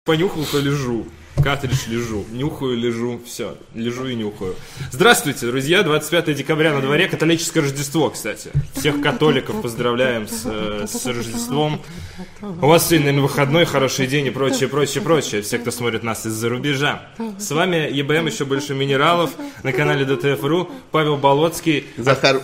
Понюхал, полежу. Картридж лежу. Нюхаю, лежу. Все. Лежу и нюхаю. Здравствуйте, друзья. 25 декабря на дворе. Католическое Рождество, кстати. Всех католиков поздравляем с Рождеством. У вас сегодня, наверное, выходной, хороший день и прочее. Все, кто смотрит нас из-за рубежа. С вами ЕБМ, еще больше минералов. На канале ДТФ.ру. Павел Болоцкий. Захар.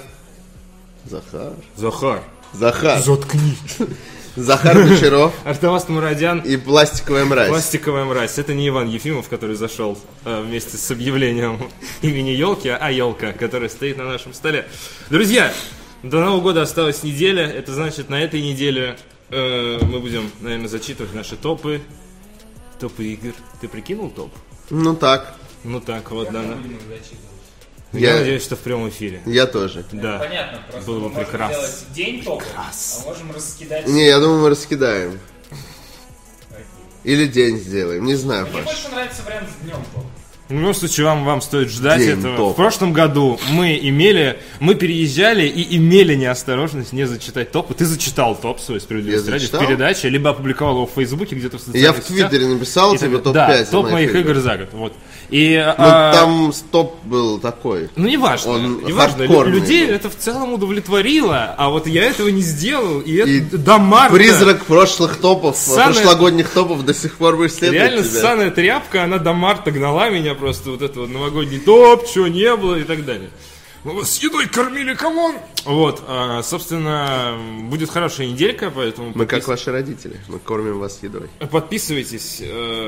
Заткнись. Захар Бочаров. Артавас Мурадян. И пластиковая мразь. Пластиковая мразь. Это не Иван Ефимов, который зашел вместе с объявлением имени елки, а елка, которая стоит на нашем столе. Друзья, до Нового года осталась неделя. Это значит, на этой неделе мы будем, наверное, зачитывать наши топы. Топы игр. Ты прикинул топ? Ну так, вот, да. Я надеюсь, что в прямом эфире. Я тоже. Да. Понятно, просто Было бы мы можем прекрасно. сделать день топов, а можем раскидать... Не, я думаю, мы раскидаем. Или день сделаем, не знаю, Мне Паш. больше нравится вариант с днем топов. В любом случае, вам стоит ждать День этого. топ. В прошлом году мы переезжали и имели неосторожность не зачитать топы. Ты зачитал топ свой, справедливости Я ради, в зачитал? передаче, либо опубликовал его в Фейсбуке, где-то в социальных Я в сетях. Твиттере написал И тебе так- топ-5 Да, за топ моих игр за год. Вот. И, Ну там топ был такой. ну, неважно. Он Неважно. хардкорный Людей был. это в целом удовлетворило, а вот я этого не сделал, и И это до марта. Призрак прошлых топов, Ссаная- прошлогодних топов до сих пор преследует Реально тебя. ссаная тряпка, она до марта гнала меня просто, вот это вот новогодний топ, чего не было и так далее. Мы вас с едой кормили, камон! Вот, собственно, будет хорошая неделька, поэтому Мы как ваши родители, мы кормим вас едой. подписывайтесь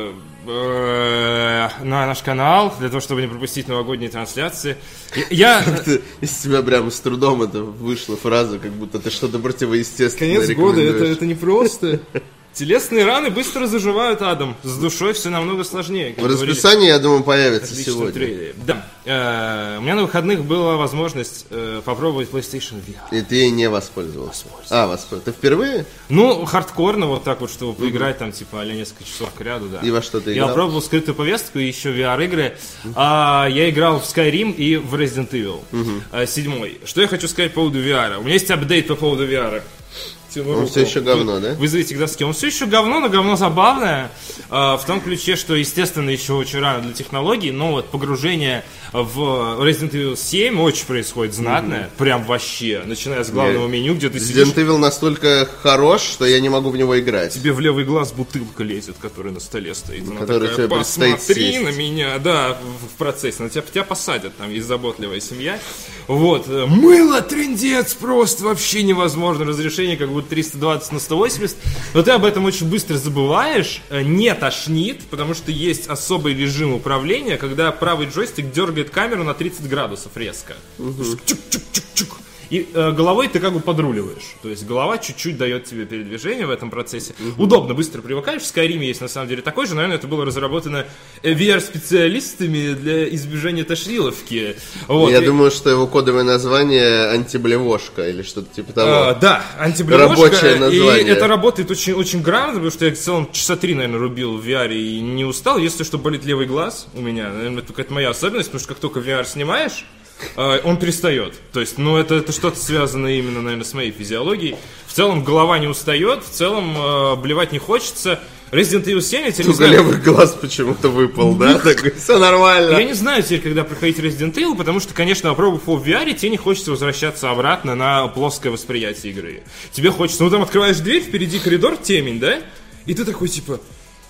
на наш канал, для того, чтобы не пропустить новогодние трансляции. Я... Из тебя прям с трудом это вышла фраза, как будто ты что-то противоестественное Конец года, рекомендуешь. это непросто. Телесные раны быстро заживают, Адам. С душой все намного сложнее. как В говорили расписании, я думаю, появится отличном сегодня. трейлере. Да. У меня на выходных была возможность попробовать PlayStation VR. И ты ей не воспользовался. Ты впервые? Ну, хардкорно вот так вот, чтобы поиграть там, типа, а-ля несколько часов к ряду, да. И во что ты Я играл? попробовал скрытую повестку и еще VR-игры. Я играл в Skyrim и в Resident Evil 7. Что я хочу сказать по поводу VR? У меня есть апдейт по поводу VR. Он все еще говно, да? Вызовите к доске. Он все еще говно, но говно забавное. В том ключе, что, естественно, еще очень рано для технологий, но вот погружение в Resident Evil 7 очень происходит знатное. Прям вообще. Начиная с главного меню, где ты сидишь, Resident Evil настолько хорош, что я не могу в него играть. тебе в левый глаз бутылка лезет, которая на столе стоит. Она Которую такая, тебе предстоит посмотри съесть. на меня, да, в процессе. На тебя посадят, там есть заботливая семья. Вот. Мыло, трындец, просто вообще невозможно. Разрешение как будто 320 на 180. Но ты об этом очень быстро забываешь. Не тошнит, потому что есть особый режим управления, когда правый джойстик дергает камеру на 30 градусов резко. Чук-чук-чук-чук. И головой ты как бы подруливаешь. То есть голова чуть-чуть дает тебе передвижение в этом процессе. Удобно, быстро привыкаешь. В Skyrim есть на самом деле такой же. Наверное, это было разработано VR-специалистами для избежания тошниловки. Вот. Я думаю, что его кодовое название антиблевошка или что-то типа того. Да, антиблевошка. Рабочее название. И это работает очень, очень грамотно, потому что я в целом часа 3, наверное, рубил в VR и не устал. Если что, болит левый глаз у меня, наверное, это какая-то моя особенность, потому что как только VR снимаешь, он перестает. То есть, ну, это что-то связано именно, наверное, с моей физиологией. В целом, голова не устает, в целом, блевать не хочется. Resident Evil 7, я теперь не Только знаю... левый глаз почему-то выпал, да? Так, все нормально. Я не знаю теперь, когда проходить Resident Evil, потому что, конечно, попробовав его в VR, тебе не хочется возвращаться обратно на плоское восприятие игры. Тебе хочется... Ну, там открываешь дверь, впереди коридор, темень, да? И ты такой, типа...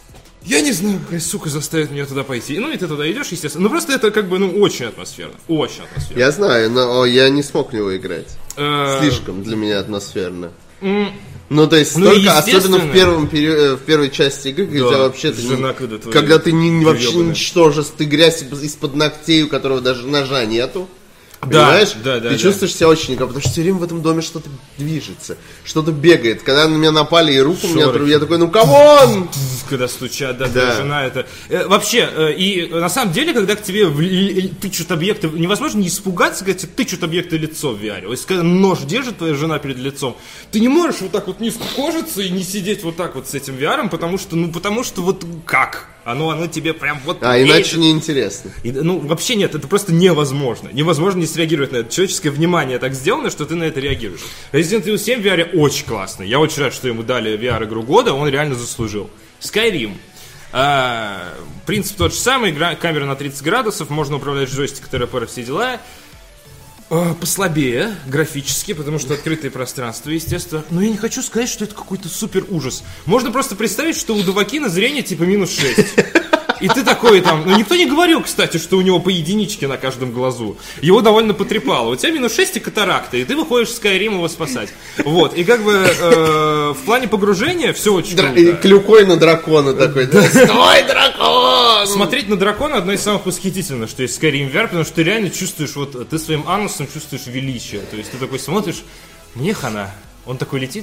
Я не знаю, какая сука заставит меня туда пойти. Ну, и ты туда идешь, естественно. Ну, просто это как бы, ну, очень атмосферно. Очень атмосферно. Я знаю, но я не смог в него играть. Слишком для меня атмосферно. Ну, то есть, Ну, только, особенно естественно. в первой части игры, когда Да, вообще ты, жена, когда твоя когда ты вообще гребаная. ничтожество, ты грязь из-под ногтей, у которого даже ножа нету. Да, Понимаешь? да, Ты чувствуешь себя очень некомфортно, потому что все время в этом доме что-то движется, что-то бегает. Когда на меня напали и руку мне отрубили, я такой, ну камон! Когда стучат, да, Да. жена это... Вообще, и на самом деле, когда к тебе тычут объекты, невозможно не испугаться, когда тебе тычут объекты в лицо в VR. Если когда нож держит твоя жена перед лицом, ты не можешь вот так вот низко кожиться и не сидеть вот так вот с этим VR, потому что вот как? Оно тебе прям вот... Иначе неинтересно. Ну, вообще нет, это просто невозможно. Невозможно не среагировать на это. Человеческое внимание так сделано, что ты на это реагируешь. Resident Evil 7 в VR очень классный. Я очень рад, что ему дали VR-игру года, он реально заслужил. Skyrim. Принцип тот же самый, камера на 30 градусов, можно управлять джойстиком, ТРП, все дела. Послабее графически, потому что открытые пространства, естественно. Но я не хочу сказать, что это какой-то супер ужас. Можно просто представить, что у Довакина зрение типа минус 6. И ты такой там... Ну, никто не говорил, кстати, что у него по единичке на каждом глазу. Его довольно потрепало. У тебя минус 6 и катаракта, и ты выходишь в Skyrim его спасать. Вот. И как бы в плане погружения все очень круто. И клюкой на дракона такой. Стой, дракон! Смотреть на дракона одно из самых восхитительных, что есть в Skyrim VR, потому что ты реально чувствуешь, вот ты своим анусом чувствуешь величие. То есть ты такой смотришь, мне хана. Он такой летит,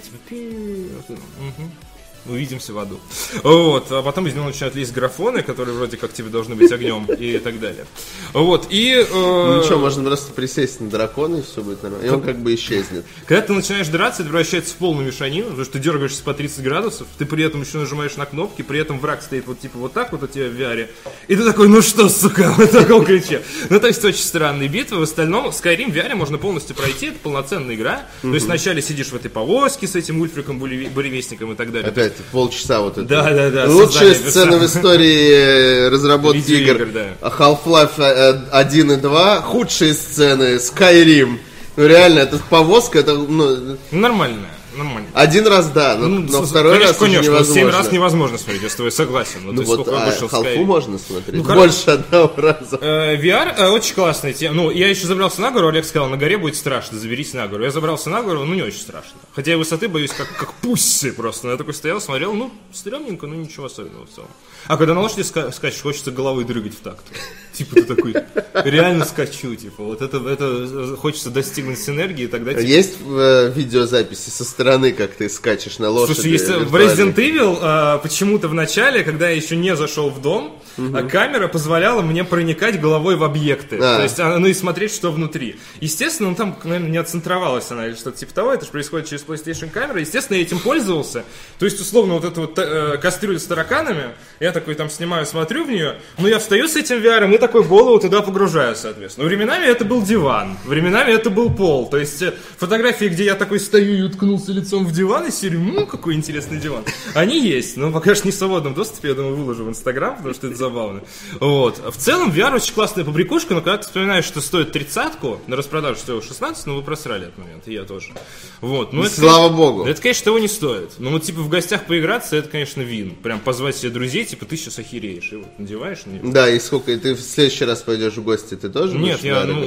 увидимся в аду. Вот. А потом из него начинают лезть графоны, которые вроде как тебе должны быть огнем и так далее. Вот. И... Ну что, можно просто присесть на дракона и все будет нормально. И он как бы исчезнет. Когда ты начинаешь драться, это превращается в полную мешанину, потому что ты дергаешься по 30 градусов, ты при этом еще нажимаешь на кнопки, при этом враг стоит вот типа вот так вот у тебя в VR. И ты такой, ну что, сука, в таком ключе. Ну, то есть очень странные битвы. В остальном Skyrim в VR можно полностью пройти, это полноценная игра. То есть вначале сидишь в этой повозке с этим Ульфриком, буревестником и так далее. Опять полчаса вот это. Да. Лучшая сцена в истории разработки игр. Да. Half-Life 1 и 2. Худшие сцены. Skyrim. Ну реально, это повозка, это... Нормально. Один раз да, но второй раз уже невозможно. 7 раз невозможно смотреть, я с тобой согласен. Ну вот, Half-Life можно смотреть, ну, больше одного раза. VR очень классная тема. Ну, я еще забрался на гору, Олег сказал, на горе будет страшно, заберись на гору. Я забрался на гору, ну не очень страшно. Хотя я высоты боюсь как пусси просто. Я такой стоял, смотрел, ну, стрёмненько, но ничего особенного в целом. А когда на лошади скачешь, хочется головой дрыгать в такт. Типа ты такой, реально скачу, типа, вот это хочется достигнуть синергии, тогда... Типа... Есть видеозаписи со стороны, как ты скачешь на лошади? Слушай, есть в Resident Evil почему-то в начале, когда я еще не зашел в дом, камера позволяла мне проникать головой в объекты, то есть, ну и смотреть, что внутри. Естественно, ну там, наверное, не отцентровалась она или что-то типа того, это же происходит через PlayStation камеру, естественно, я этим пользовался, то есть, условно, вот эта вот кастрюля с тараканами, я такой там снимаю, смотрю в нее, но я встаю с этим VR, и такой голову туда погружаю, соответственно. Временами это был диван, временами это был пол. То есть фотографии, где я такой стою и уткнулся лицом в диван и серию, какой интересный диван. Они есть, но пока что не в свободном доступе, я думаю, выложу в Инстаграм, потому что это забавно. Вот. В целом VR очень классная побрякушка, но когда ты вспоминаешь, что стоит 30-ку, на распродажу стоило 16, вы просрали этот момент, и я тоже. Вот. Ну, слава богу. Это, конечно, того не стоит. Но вот типа в гостях поиграться, это, конечно, вин. Прям позвать себе друзей, типа ты сейчас охереешь. И вот надеваешь на него. Да, и сколько, и ты в следующий раз пойдешь в гости, ты тоже? Нет,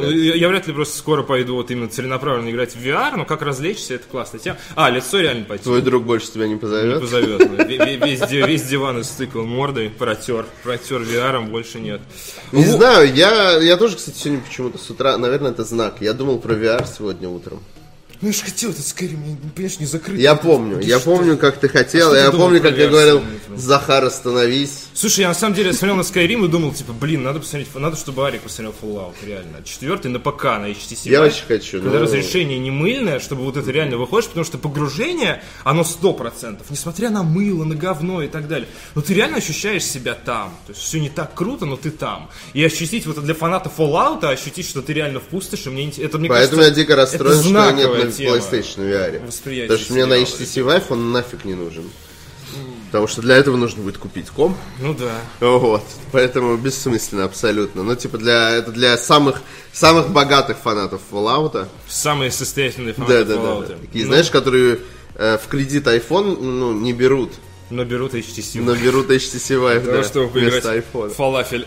я вряд ли просто скоро пойду вот именно целенаправленно играть в VR, но как развлечься, это классная тема. Лицо реально пойти. Твой друг больше тебя не позовет? Не позовет. Весь диван истыкал мордой, протер VR-ом, больше нет. Не знаю, я тоже, кстати, сегодня почему-то с утра, наверное, это знак. Я думал про VR сегодня утром. Ну я же хотел этот Skyrim, понимаешь, не закрыть. Я помню, как ты хотел, я помню, как я говорил, Захар, остановись. Слушай, я на самом деле смотрел на Skyrim и думал, типа, надо посмотреть, надо, чтобы Арик посмотрел Fallout, реально. 4 на ПК, на HTC. Я очень хочу. Когда разрешение не мыльное, чтобы вот это реально выходишь, потому что погружение, оно 100%, несмотря на мыло, на говно и так далее. Но ты реально ощущаешь себя там. То есть все не так круто, но ты там. И ощутить вот для фанатов Fallout, ощутить, что ты реально в пустоши, мне это, мне поэтому кажется, я дико расстроен, что нет на PlayStation VR. Потому что мне на HTC Vive он нафиг не нужен. Потому что для этого нужно будет купить комп. Ну да. Вот. Поэтому бессмысленно абсолютно. Ну, типа, это для самых богатых фанатов Fallout. Самые состоятельные фанаты Fallout. Да. Такие, знаешь, которые в кредит iPhone, не берут. Но берут HTC Vive. Но берут HTC Vive, да. Чтобы поиграть в Falafel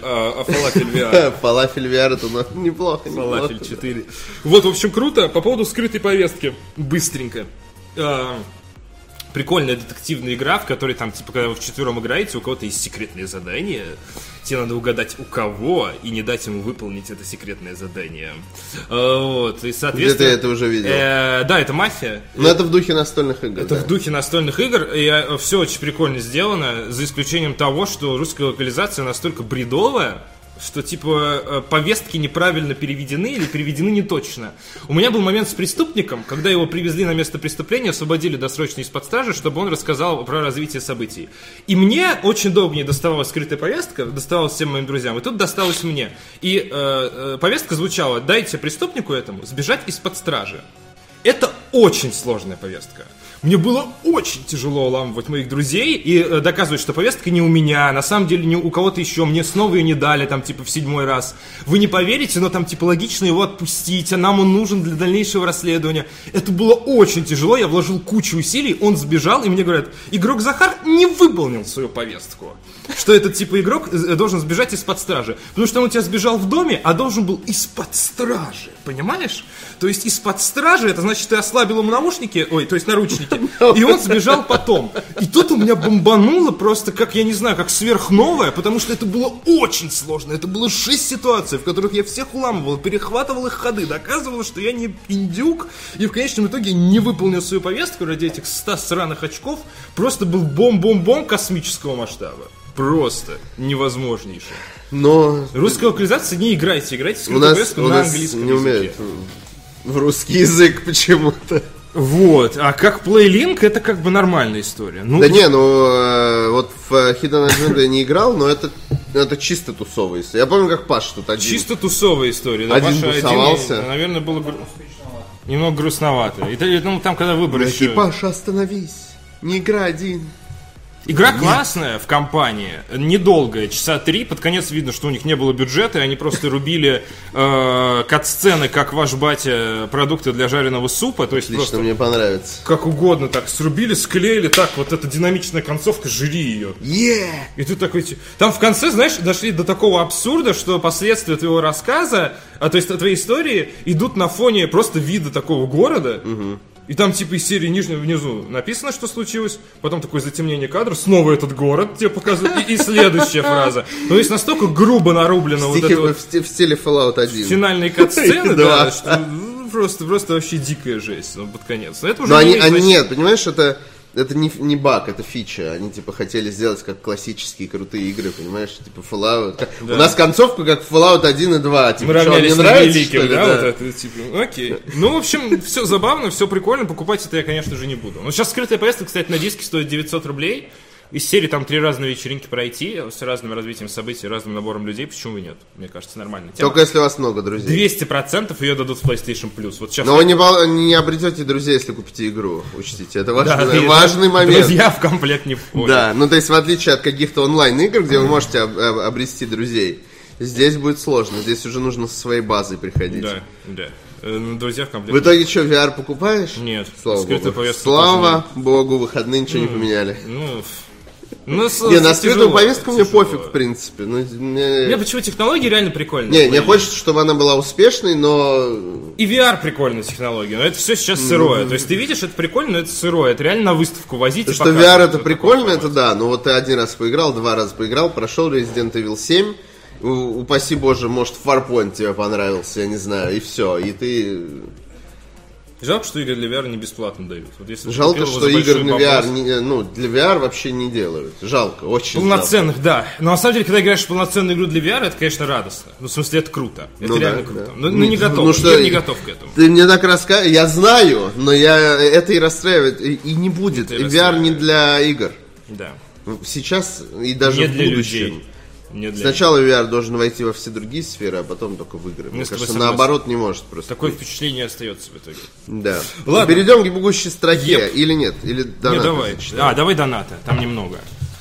VR. Falafel VR это неплохо. Falafel 4. Вот, в общем, круто. По поводу скрытой повестки. Быстренько. Прикольная детективная игра, в которой там, типа, когда вы вчетвером играете, у кого-то есть секретное задание, тебе надо угадать у кого и не дать ему выполнить это секретное задание. Вот, и, соответственно... Где ты это уже видел? Да, это «Мафия». Но это в духе настольных игр. Это в духе настольных игр, и все очень прикольно сделано, за исключением того, что русская локализация настолько бредовая, что, типа, повестки неправильно переведены или переведены не точно. У меня был момент с преступником, когда его привезли на место преступления, освободили досрочно из-под стражи, чтобы он рассказал про развитие событий. И мне очень долго не доставалась скрытая повестка, доставалась всем моим друзьям, и тут досталась мне. И повестка звучала: дайте преступнику этому сбежать из-под стражи. Это очень сложная повестка. Мне было очень тяжело уламывать моих друзей и доказывать, что повестка не у меня, на самом деле не у кого-то еще, мне снова ее не дали, там, типа, в 7-й раз. Вы не поверите, но там, типа, логично его отпустить, а нам он нужен для дальнейшего расследования. Это было очень тяжело, я вложил кучу усилий, он сбежал, и мне говорят, игрок Захар не выполнил свою повестку. Что этот, типа, игрок должен сбежать из-под стражи. Потому что он у тебя сбежал в доме, а должен был из-под стражи, понимаешь? То есть из-под стражи, это значит, ты ослабил ему наушники, то есть наручники, и он сбежал потом. И тут у меня бомбануло просто, как, я не знаю, как сверхновое, потому что это было очень сложно. Это было 6 ситуаций, в которых я всех уламывал, перехватывал их ходы, доказывал, что я не индюк, и в конечном итоге не выполнил свою повестку ради этих 100 сраных очков. Просто был бом-бом-бом космического масштаба. Просто невозможнейшее. Но... Русская локализация не играйте в у нас, повестку у на нас английском не языке. умеют в русский язык почему-то. Вот, а как PlayLink, это как бы нормальная история. Ну, Да не, вот в Hidden Agenda я не играл, но это чисто тусовая история. Я помню, как Паш тут один. Чисто тусовая история. Да, Один Паша тусовался. наверное, было немного грустновато. И там, когда выборы еще... Паша, остановись, не играй один. Игра классная в компании, недолгая, часа 3, под конец видно, что у них не было бюджета, и они просто рубили кат-сцены, как ваш батя, продукты для жареного супа, то есть Лично просто мне понравится. как угодно так срубили, склеили, так, вот эта динамичная концовка, жри ее. И ты такой, там в конце, знаешь, дошли до такого абсурда, что последствия твоего рассказа, то есть твоей истории, идут на фоне просто вида такого города. И там типа из серии внизу написано, что случилось, потом такое затемнение кадра, снова этот город тебе показывают, и следующая фраза. То есть настолько грубо нарублено вот это вот в стиле Fallout 1. финальные кат-сцены, Да. да, что просто вообще дикая жесть, под конец. Но это уже Но не они имеет значения. нет, понимаешь, это не баг, это фича. Они типа хотели сделать как классические крутые игры, понимаешь, типа Fallout. Да. У нас концовка как Fallout 1 и 2. Типа, Мы равнялись не на нравится, великим, что ли? да, Да. вот это, типа, окей. Ну, в общем, все забавно, все прикольно, покупать это я, конечно же, не буду. Но сейчас скрытая поездка, кстати, на диске стоит 900 рублей. Из серии там 3 разные вечеринки пройти, с разным развитием событий, разным набором людей, почему и нет? Мне кажется, нормально. Только если у вас много друзей. 200% ее дадут в PlayStation Plus. Вот сейчас Но вы не обретете друзей, если купите игру, учтите. Это важный да, момент. Друзья в комплект не входят. Да, ну то есть в отличие от каких-то онлайн-игр, где вы можете обрести друзей, здесь будет сложно. Здесь уже нужно со своей базой приходить. Да. Друзья в комплект. В итоге что, VR покупаешь? Нет. Слава Скрытую богу. повестку Слава богу, выходные ничего не поменяли. Не, на скрытую повестку мне пофиг, в принципе. Мне почему технологии реально прикольные. Не, мне хочется, чтобы она была успешной, но... И VR прикольная технология, но это все сейчас сырое. То есть ты видишь, это прикольно, но это сырое. Это реально на выставку возить и Что показывать. VR это прикольно, это да. Но вот ты один раз поиграл, 2 раза поиграл, прошел Resident Evil 7. Упаси боже, может Farpoint тебе понравился, я не знаю, и все. И ты... Жалко, что игры для VR не бесплатно дают. Вот если Жалко, что игр на VR, для VR вообще не делают. Жалко, очень полноценных, да. Но на самом деле, когда играешь в полноценную игру для VR, это, конечно, радостно. Ну, в смысле, это круто. Это реально круто. Да. Но не готов. Я не готов к этому. Ты мне так рассказываешь, я знаю, но это и расстраивает, и не будет. И VR не для игр. Да. Сейчас и даже не в для будущем. Людей. Сначала VR должен войти во все другие сферы, а потом только в игры. Мне кажется, наоборот не может просто. Такое впечатление остается в итоге. Да. Ладно. Перейдем к бегущей строке. Или нет? Или донаты? Не, давай. Давай донаты. Там немного.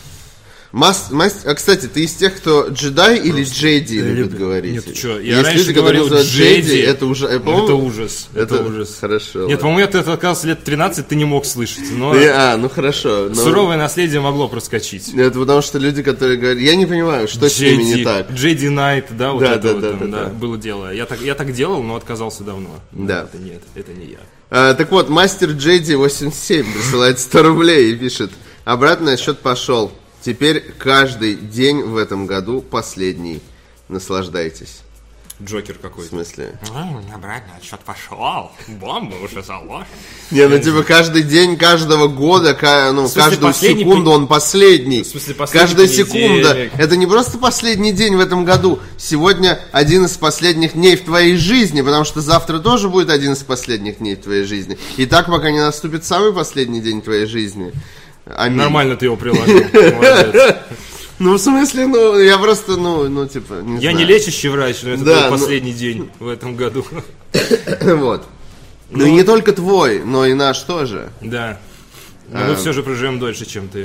Кстати, ты из тех, кто джедай или джеди любит говорить? Нет, ты что? Я раньше говорил джеди. Это уже... Это ужас. Это ужас. Хорошо. Нет, по-моему, это оказалось лет 13, ты не мог слышать. Но ну хорошо. суровое наследие могло проскочить. Это потому что люди, которые говорят... Я не понимаю, что с ними не так. Джеди Найт, да, вот это вот да. было дело. Я так делал, но отказался давно. Да. Это не я. Так вот, мастер Джеди 87 присылает 100 рублей и пишет: обратный отсчет пошел. Теперь каждый день в этом году последний. Наслаждайтесь. Джокер какой-то. В смысле? Обратно отсчет пошел. Бомба уже заложена. Не, ну типа каждый день каждого года, каждую секунду он последний. В смысле, последний каждая секунда. Это не просто последний день в этом году. Сегодня один из последних дней в твоей жизни, потому что завтра тоже будет один из последних дней в твоей жизни. И так, пока не наступит самый последний день твоей жизни. Аминь. Нормально ты его приложил. Молодец. Ну, в смысле, я просто, типа, не знаю. Я не лечащий врач, но это был последний день в этом году. Вот. Ну и не только твой, но и наш тоже. Да. Но мы все же проживем дольше, чем ты.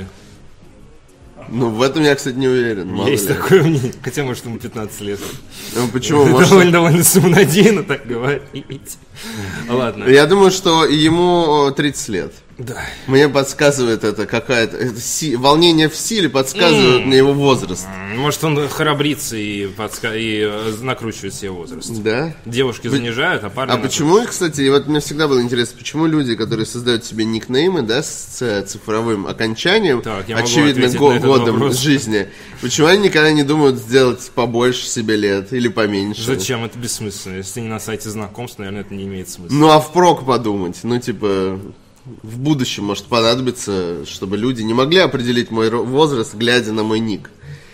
Ну, в этом я, кстати, не уверен. Мало Есть ли. такое мнение. Хотя, может, ему 15 лет. Ну, почему? Может, Довольно самонадеянно так говорить. Ладно. я думаю, что ему 30 лет. Да. Мне подсказывает это какая-то... волнение в силе подсказывает мне его возраст. Может, он храбрится и накручивает себе возраст. Да? Девушки занижают, а парни... А почему, кстати, и вот мне всегда было интересно, почему люди, которые создают себе никнеймы, да, с цифровым окончанием, Так, я могу очевидно, ответить на этот годом вопрос. жизни, почему они никогда не думают сделать побольше себе лет или поменьше? Зачем? Это бессмысленно. Если ты не на сайте знакомств, наверное, это не имеет смысла. Ну, а впрок подумать, ну, типа... В будущем может понадобиться, чтобы люди не могли определить мой возраст, глядя на мой ник.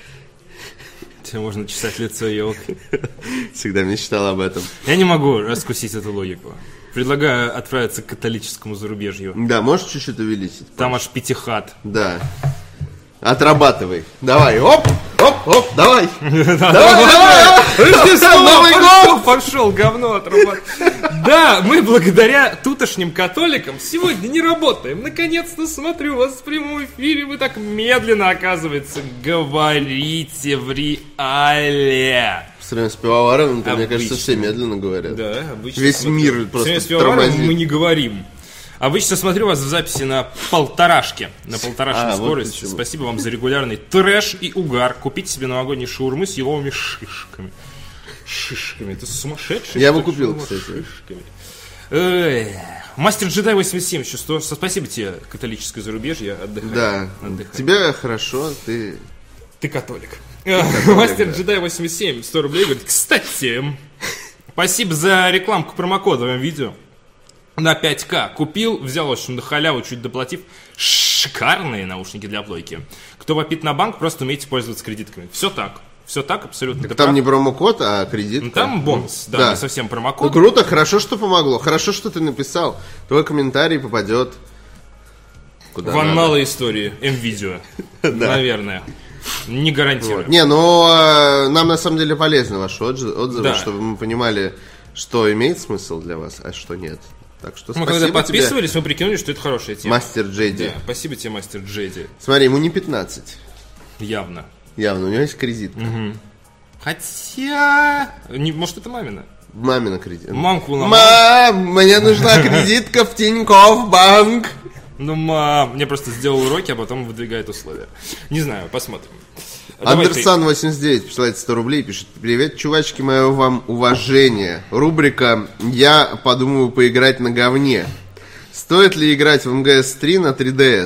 Тебе можно чесать лицо елкой. Всегда мечтал об этом. Я не могу раскусить эту логику. Предлагаю отправиться к католическому зарубежью. Да, можешь чуть-чуть увеличить? Там аж пятихат. Да. Отрабатывай. Давай, оп, оп, оп, давай. Давай. Новый год. Пошел, говно отрабатывать. Да, мы благодаря тутошним католикам сегодня не работаем. Наконец-то смотрю вас в прямом эфире. Вы так медленно, оказывается, говорите в реале. В сравнении с пивоваром, мне Обычно. кажется, все медленно говорят. Да, обычно. Весь смотрю. мир В просто сравнении с пивоваром тормозит. мы не говорим. Обычно смотрю вас в записи на полторашке. На полторашной вот скорости. почему. Спасибо вам за регулярный трэш и угар. Купите себе новогодние шаурмы с еловыми шишками. Шишками. Это сумасшедший. Я бы что ли, купил, шаурма с кстати. шишками? Эй, Мастер Джедай 87 еще 100. Спасибо тебе, католическое зарубежье. Отдыхай. Да. Отдыхай. Тебе хорошо, ты... Ты католик. Мастер Джедай 87, 100 рублей, говорит, кстати, спасибо за рекламку промокода в моем видео. На 5К купил, взял, в общем, на халяву, чуть доплатив. Шикарные наушники для плойки. Кто вопит на банк, просто умейте пользоваться кредитками. Все так, абсолютно. Ты Там прав. не промокод, а кредит. Ну, там бонус, да, не совсем Ну, промокод. круто, хорошо, что помогло. Хорошо, что ты написал. Твой комментарий попадет куда В надо. анналы истории М-видео. Наверное. Не гарантирую. Не, но нам на самом деле полезны ваши отзывы, Да. чтобы мы понимали, что имеет смысл для вас, а что нет. Так что Мы спасибо когда тебе, подписывались, мы прикинули, что это хорошая тема. мастер Джейди. Да, спасибо тебе, мастер Джейди. Смотри, ему не 15. Явно. Явно, у него есть кредит. Хотя... может, это мамина? Мамина кредит. Мамку на Мам, мне нужна кредитка в Тинькофф банк. Ну, мам, мне просто сделал уроки, а потом выдвигает условия. Не знаю, посмотрим. Давай ты. Андерсан89 присылает 100 рублей, пишет: привет, чувачки, мое вам уважение. Рубрика «Я подумаю поиграть на говне». Стоит ли играть в МГС-3 на 3DS?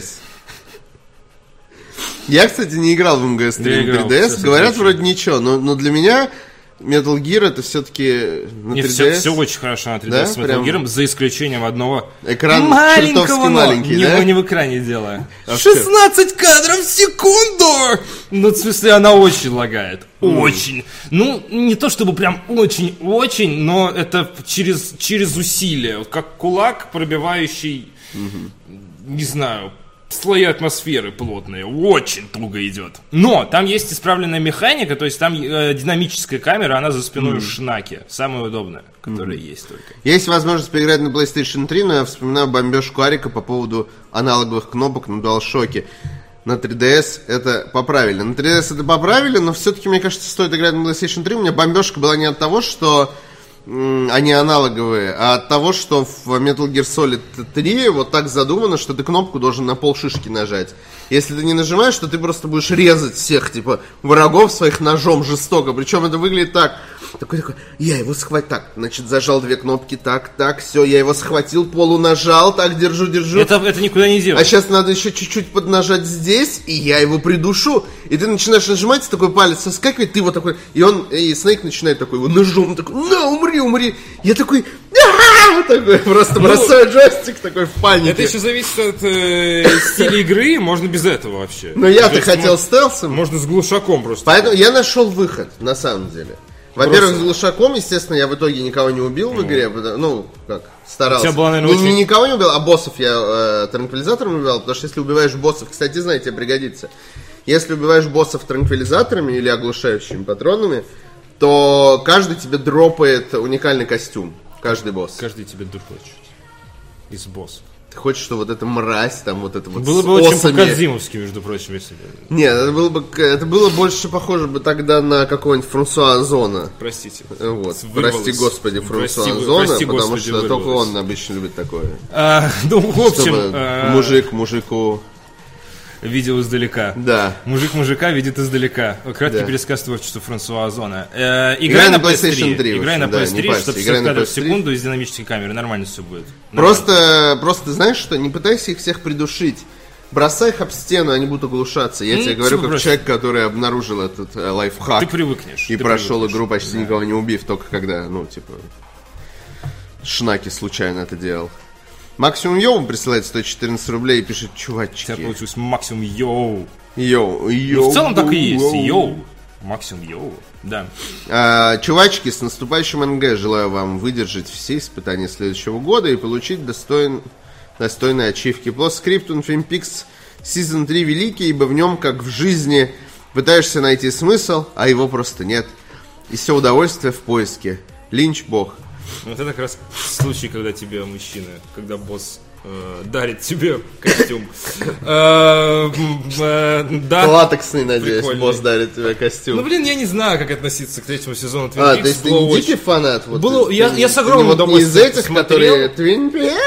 Я, кстати, не играл в МГС-3 Я на играл, 3DS. честно, Говорят, отлично. вроде ничего, но для меня Metal Gear это все-таки на Не, 3DS. все очень хорошо на 3DS Да? с Metal Прям- Gear, за исключением одного Экран маленького, чертовски но маленький, не, да? не в экране дело. А что? 16 кадров в секунду! Ну, в смысле, она очень лагает. Очень. Ну, не то чтобы прям очень-очень, но это через усилие. Вот как кулак, пробивающий, не знаю, слои атмосферы плотные. Очень туго идет. Но там есть исправленная механика, то есть там динамическая камера, она за спиной у шнаки. Самая удобная, которая есть только. Есть возможность поиграть на PlayStation 3, но я вспоминаю бомбежку Арика по поводу аналоговых кнопок на DualShock. На 3DS это поправили. На 3DS это поправили, но все-таки, мне кажется, стоит играть на PlayStation 3. У меня бомбежка была не от того, что они аналоговые, а от того, что в Metal Gear Solid 3 вот так задумано, что ты кнопку должен на полшишки нажать. Если ты не нажимаешь, то ты просто будешь резать всех, типа, врагов своих ножом жестоко. Причем это выглядит так. Такой, я его схватил. Так, значит, зажал две кнопки, так, все, я его схватил, полунажал, так, держу. Это никуда не А делать. сейчас надо еще чуть-чуть поднажать здесь, и я его придушу. И ты начинаешь нажимать, и такой палец соскакивает, ты вот такой, и Снейк начинает такой вот ножом, такой, на, умри. Я такой, такой просто бросаю джойстик такой в панике. Это еще зависит от стиля игры, можно без этого вообще. Но я-то То есть хотел стелсом. Можно с глушаком просто. Поэтому я нашел выход, на самом деле. Во-первых, с глушаком, естественно, я в итоге никого не убил в игре. Старался. У тебя была, наверное, очень- Никого не убил, а боссов я транквилизатором убивал, потому что если убиваешь боссов, кстати, знаете, тебе пригодится. Если убиваешь боссов транквилизаторами или оглушающими патронами, то каждый тебе дропает уникальный костюм. Каждый босс. Каждый тебе дурачит из боссов. Ты хочешь, что вот эта мразь, там вот это вот Было с бы очень осами... по-кадзимовски, между прочим, если бы... Нет, это было больше похоже бы тогда на какого-нибудь Франсуа Озона. Простите. Вот. Вырвалось. Прости господи, Франсуа Прости, Озона, прости, потому господи, что только вырвалось. он обычно любит такое. Ну, в общем... Чтобы мужик мужику... Видел издалека. Да. Мужик мужика видит издалека. Краткий Да. пересказ творчества Франсуа Озона. Играй на PlayStation 3, Играй на в общем, да, PS3, не парься, 150 играй на кадров в PS3. секунду из динамической камеры. Нормально все будет. Просто знаешь что, не пытайся их всех придушить. Бросай их об стену, они будут оглушаться. Я тебе говорю, типа как просто. человек, который обнаружил этот лайфхак. Ты привыкнешь. И ты прошел привыкнешь. игру, почти никого не убив, только когда, Шнаки случайно это делал. Максимум Йоу присылает 114 рублей и пишет: У чувачки. тебя получилось максимум йоу. Йоу. В целом так и есть. Йоу. Максимум йоу. Да. Чувачки, с наступающим НГ желаю вам выдержать все испытания следующего года и получить достойные ачивки. Постскриптум Twin Peaks Season 3 великий, ибо в нем, как в жизни, пытаешься найти смысл, а его просто нет. И все удовольствие в поиске. Линч бог. Вот это как раз случай, когда тебе мужчина, когда босс дарит тебе костюм. Да. Латексный, надеюсь, Прикольный. босс дарит тебе костюм. Ну, блин, я не знаю, как относиться к третьему сезону Twin Peaks. То есть ты Было не очень- дикий фанат? Вот Было- ты- я ты- с огромным ты вот не из удовольствием этих, смотрел. которые Twin Peaks,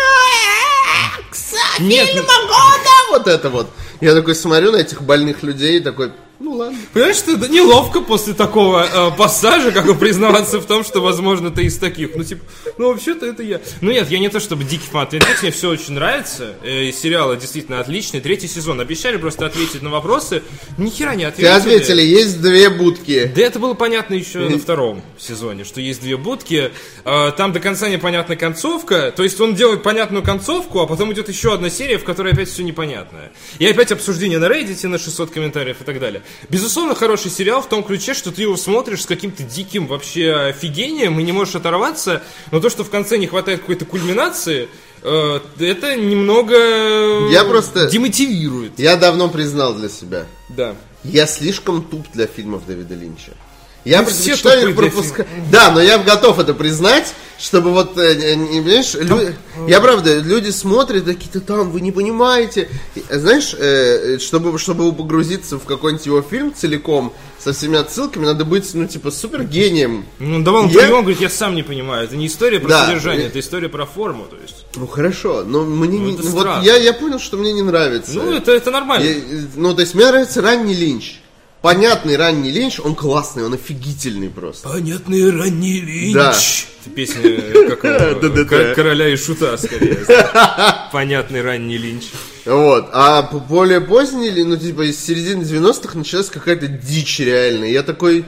Нет, фильма года, вот это вот. Я такой смотрю на этих больных людей и такой, ну ладно. понимаешь, что это неловко после такого пассажа, как бы признаваться в том, что, возможно, ты из таких. Вообще-то это я. Ну нет, я не то чтобы дикий фанат Twin Peaks, мне все очень нравится. Сериалы действительно отличные. 3-й сезон. Обещали просто ответить на вопросы. Ни хера не Тебе ответили. ответили, есть две будки. Да это было понятно еще на втором сезоне, что есть две будки. Там до конца непонятна концовка. То есть он делает понятную концовку, а потом идет еще одна серия, в которой опять все непонятное. И опять обсуждение на Reddit на 600 комментариев и так далее. Безусловно, хороший сериал в том ключе, что ты его смотришь с каким-то диким вообще офигением и не можешь оторваться. Но то, что в конце не хватает какой-то кульминации, это немного демотивирует. Я давно признал для себя. Да. Я слишком туп для фильмов Дэвида Линча. Я Мы все предпочитаю их тупые для пропускать. Да, но я готов это признать, чтобы вот, понимаешь, я правда, люди смотрят, какие-то там, вы не понимаете. Знаешь, чтобы погрузиться в какой-нибудь его фильм целиком, со всеми отсылками, надо быть, супер гением. Давай он прием, говорит, я сам не понимаю. Это не история про содержание, и- это история про форму, то есть. Ну хорошо, но мне это вот странно. я понял, что мне не нравится. Это нормально. То есть мне нравится ранний Линч. Понятный ранний Линч, он классный, он офигительный просто. Понятный ранний Линч. Да. Это песня Короля и Шута, скорее. Понятный ранний Линч. Вот, а более поздний, из середины 90-х началась какая-то дичь реально. Я такой,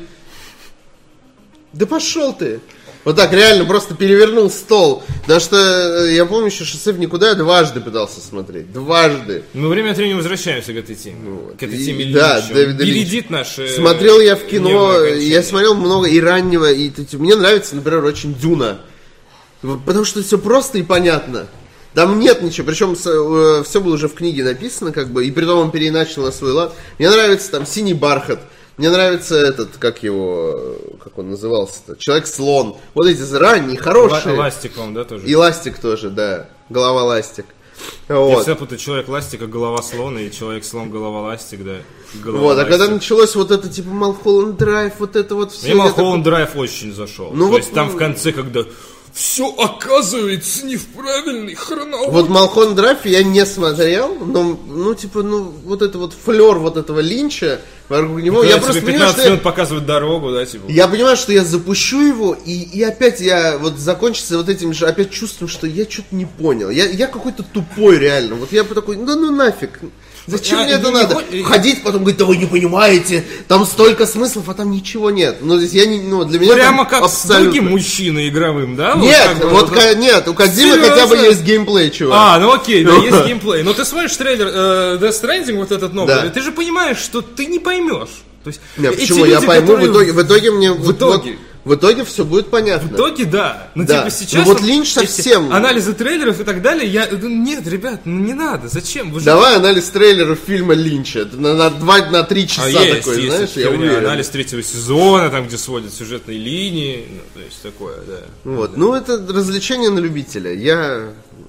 да пошел ты. Вот так реально просто перевернул стол. Потому что я помню еще «Шоссе в никуда» я дважды пытался смотреть. Дважды. Мы время от времени возвращаемся к этой теме. К этой теме Да, Линча. Дэвида Линча. Бередит наше Смотрел я в кино, нервное окончание. я смотрел много и раннего, и мне нравится, например, очень «Дюна». Потому что все просто и понятно. Там нет ничего, причем все было уже в книге написано, и притом он переиначил на свой лад. Мне нравится там «Синий бархат». Мне нравится как он назывался-то? Человек-слон. Вот эти ранние, хорошие. Ластик вам, да, тоже? И Ластик тоже, да. Голова Ластик. Я Вот. всегда путаю Человек-ластика, голова слона, и Человек-слон, голова ластик, да. Голова Вот, а когда ластик. началось вот это, типа, Малхолланд Драйв, вот это вот все. Мне Малхолланд Драйв очень зашел. Ну То вот, есть там в конце, когда все оказывается не в правильной хронологии. Вот Малхолланд Драйв я не смотрел, но, вот это вот флер вот этого Линча, вокруг него, я просто тебе понимаю, 15 что минут показывают дорогу, да, типа. я понимаю, что я запущу его, и опять я вот закончится вот этим же опять чувством, что я что-то не понял. Я какой-то тупой реально. Вот я такой, ну нафиг. Зачем мне это надо? Ходить, потом говорить, да вы не понимаете, там столько смыслов, а там ничего нет. Здесь я не, для меня Прямо там как с другим мучиной игровым, да? Нет, нет, у Кодзимы хотя бы Серьезно? есть геймплей, чувак. Окей, да, есть геймплей. Но ты смотришь трейлер Death Stranding, вот этот новый, Да. ты же понимаешь, что ты не поймешь. То есть, Нет, эти почему? люди, Я пойму, которые- в итоге мне... В итоге. все будет понятно. В итоге, да. Да. Сейчас... Ну вот Линч совсем- Анализы трейлеров и так далее, нет, ребят, не надо, зачем? Вы же- Давай анализ трейлеров фильма Линча. Это на 2-3 часа есть, такой, знаешь, я херня, уверен. анализ 3-го сезона, там, где сводят сюжетные линии, то есть такое, да. Вот. Это развлечение на любителя.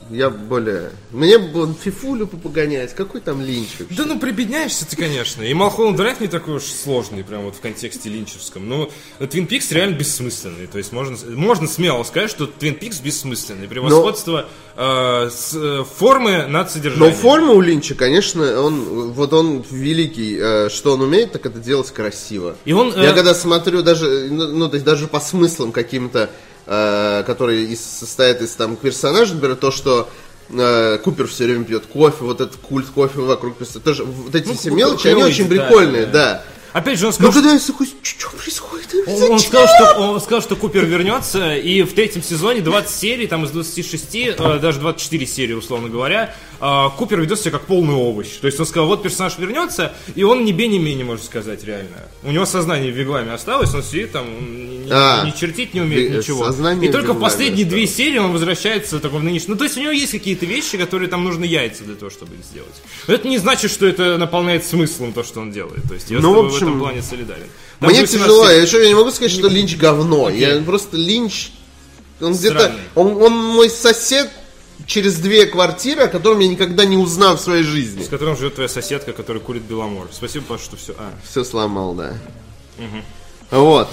Я более... Мне бы он фифулю попогонять. Какой там Линч вообще? Да ну прибедняешься ты, конечно. И Малхолланд Драйв не такой уж сложный, прям вот в контексте линчевском. Но Твин Пикс реально бессмысленный. То есть можно смело сказать, что Твин Пикс бессмысленный. Превосходство формы над содержанием. Но форма у Линча, конечно, он великий. Что он умеет, так это делать красиво. И он, Я когда смотрю даже, то есть даже по смыслам каким-то, которые состоят из там персонажей, например, то, что Купер все время пьет кофе, вот этот культ кофе вокруг персонажа, тоже вот эти все мелочи, они очень прикольные, да. Опять же, он сказал, когда я такой, что происходит? Он сказал, что Купер вернется, и в третьем сезоне 20 серий, там из 26, даже 24 серии, условно говоря, Купер ведет себя как полный овощ. То есть он сказал, вот персонаж вернется, и он ни бе, ни ме не может сказать реально. У него сознание в вигламе осталось, он сидит там, не чертить не умеет, ничего. И только в последние 2 серии он возвращается такой в нынешний. Ну, то есть у него есть какие-то вещи, которые там нужны яйца для того, чтобы их сделать. Но это не значит, что это наполняет смыслом то, что он делает. То есть я в этом плане солидарен. Там мне тяжело, я не могу сказать, что Линч говно. Я просто Линч, он где-то, он мой сосед через 2 квартиры, о котором я никогда не узнал в своей жизни. С которым живет твоя соседка, которая курит Беломор. Спасибо, Паша, что все. Все сломал, да. Вот.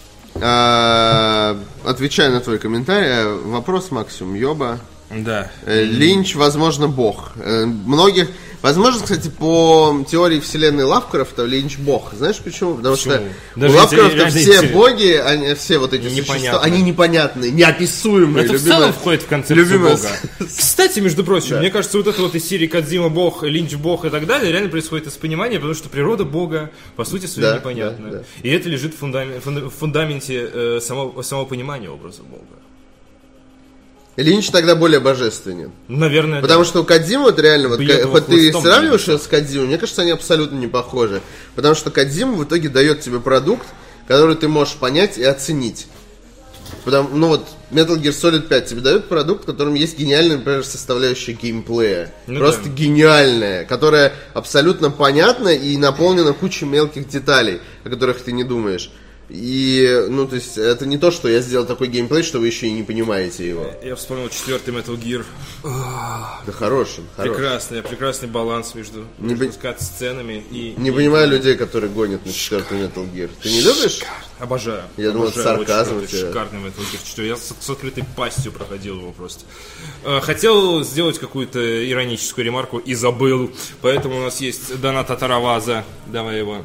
Отвечая на твой комментарий, вопрос Максим Йоба. Да. Линч, возможно, бог. Многих... Возможно, кстати, по теории вселенной Лавкрафта Линч бог. Знаешь почему? Потому что даже у Лавкрафта все боги, они, все вот эти существа, они непонятные, неописуемые. Это в целом входит в концепцию бога. Кстати, между прочим, мне кажется, вот это вот из серии Кодзима бог, Линч бог и так далее реально происходит из понимания, потому что природа бога, по сути своей, непонятна. Да. И это лежит в фундаменте самого понимания образа бога. Линч тогда более божественен. Наверное, потому что у Кодзимы, вот реально, вот, хоть ты сравниваешь с Кодзимой, мне кажется, они абсолютно не похожи. Потому что Кодзима в итоге дает тебе продукт, который ты можешь понять и оценить. Ну вот, Metal Gear Solid 5 тебе дает продукт, в котором есть гениальная, например, составляющая геймплея. Просто гениальная, которая абсолютно понятна и наполнена кучей мелких деталей, о которых ты не думаешь. И, ну, то есть, это не то, что я сделал такой геймплей, что вы еще и не понимаете его. Я вспомнил 4-й Metal Gear. Да хороший. Прекрасный баланс между кат-сценами и... Не понимаю людей, которые гонят на 4-й Metal Gear. Ты не любишь? Обожаю. Я думал, это сарказм у тебя. Шикарный Metal Gear 4. Я с открытой пастью проходил его просто. Хотел сделать какую-то ироническую ремарку и забыл. Поэтому у нас есть донат от Араваза. Давай его.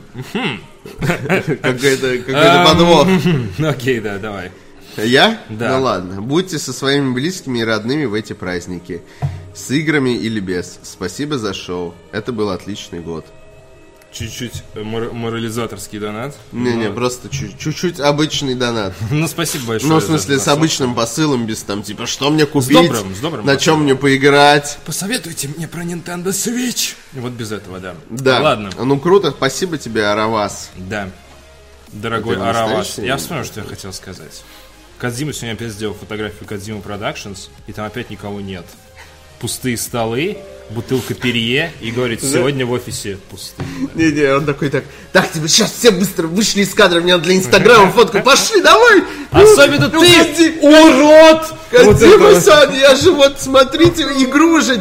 Какой-то подвох. Окей, да, давай. Я? Да. Ну ладно. Будьте со своими близкими и родными в эти праздники. С играми или без. Спасибо за шоу. Это был отличный год. Чуть-чуть морализаторский донат. Не, просто чуть-чуть обычный донат. Ну, спасибо большое. Ну, в смысле, с обычным посылом, без там, типа, что мне купить, с добрым на чем мне поиграть. Посоветуйте мне про Nintendo Switch. Вот без этого, да. Да. Ладно. Ну, круто, спасибо тебе, Аравас. Да. Дорогой Аравас. Я вспомнил, что я хотел сказать. Кодзима сегодня опять сделал фотографию Кодзима Productions, и там опять никого нет. Пустые столы, бутылка Перье, и говорит, сегодня в офисе пустые. Не, он такой так, типа, сейчас все быстро вышли из кадра, мне надо для Инстаграма фотку, пошли, давай! Особенно ты, урод! Кодзима-сан, я же вот, смотрите, игру уже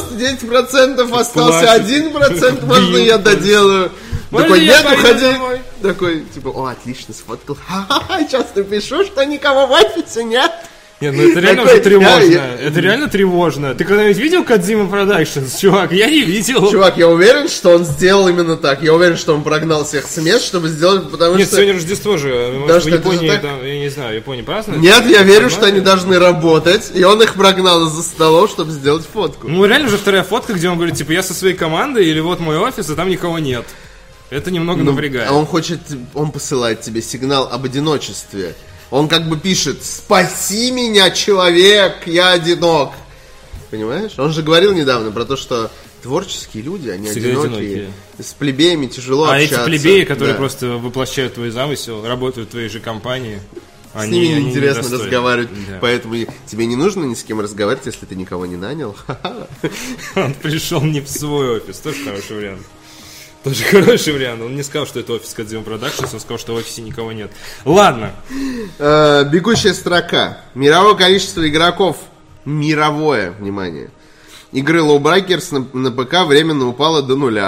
99% остался, 1%, можно я доделаю? Такой, нет, уходи. Такой, типа, о, отлично, сфоткал. Ха-ха-ха, сейчас напишу, что никого в офисе нет. Нет, ну это реально уже тревожно. Это реально тревожно. Ты когда-нибудь видел Kojima Productions, чувак? Я не видел. Чувак, я уверен, что он сделал именно так. Я уверен, что он прогнал всех с мест, чтобы сделать, потому Нет, что... сегодня Рождество же. Может, в Японии, там, я не знаю, в Японии празднуют? Нет, я верю, что они должны работать. И он их прогнал из-за столов, чтобы сделать фотку. Ну, реально же вторая фотка, где он говорит, типа, я со своей командой, или вот мой офис, и там никого нет. Это немного напрягает. А он посылает тебе сигнал об одиночестве. Он как бы пишет: «Спаси меня, человек, я одинок». Понимаешь? Он же говорил недавно про то, что творческие люди, они одинокие. С плебеями тяжело общаться. А эти плебеи, которые просто воплощают твой замысел, работают в твоей же компании, с ними неинтересно разговаривать. Да. Поэтому тебе не нужно ни с кем разговаривать, если ты никого не нанял. Он пришел не в свой офис. Тоже хороший вариант. Тоже хороший вариант. Он не сказал, что это офис Kojima Productions, он сказал, что в офисе никого нет. Ладно. Бегущая строка. Мировое количество игроков Мировое, внимание. Игры Lawbreakers на ПК временно упала до 0.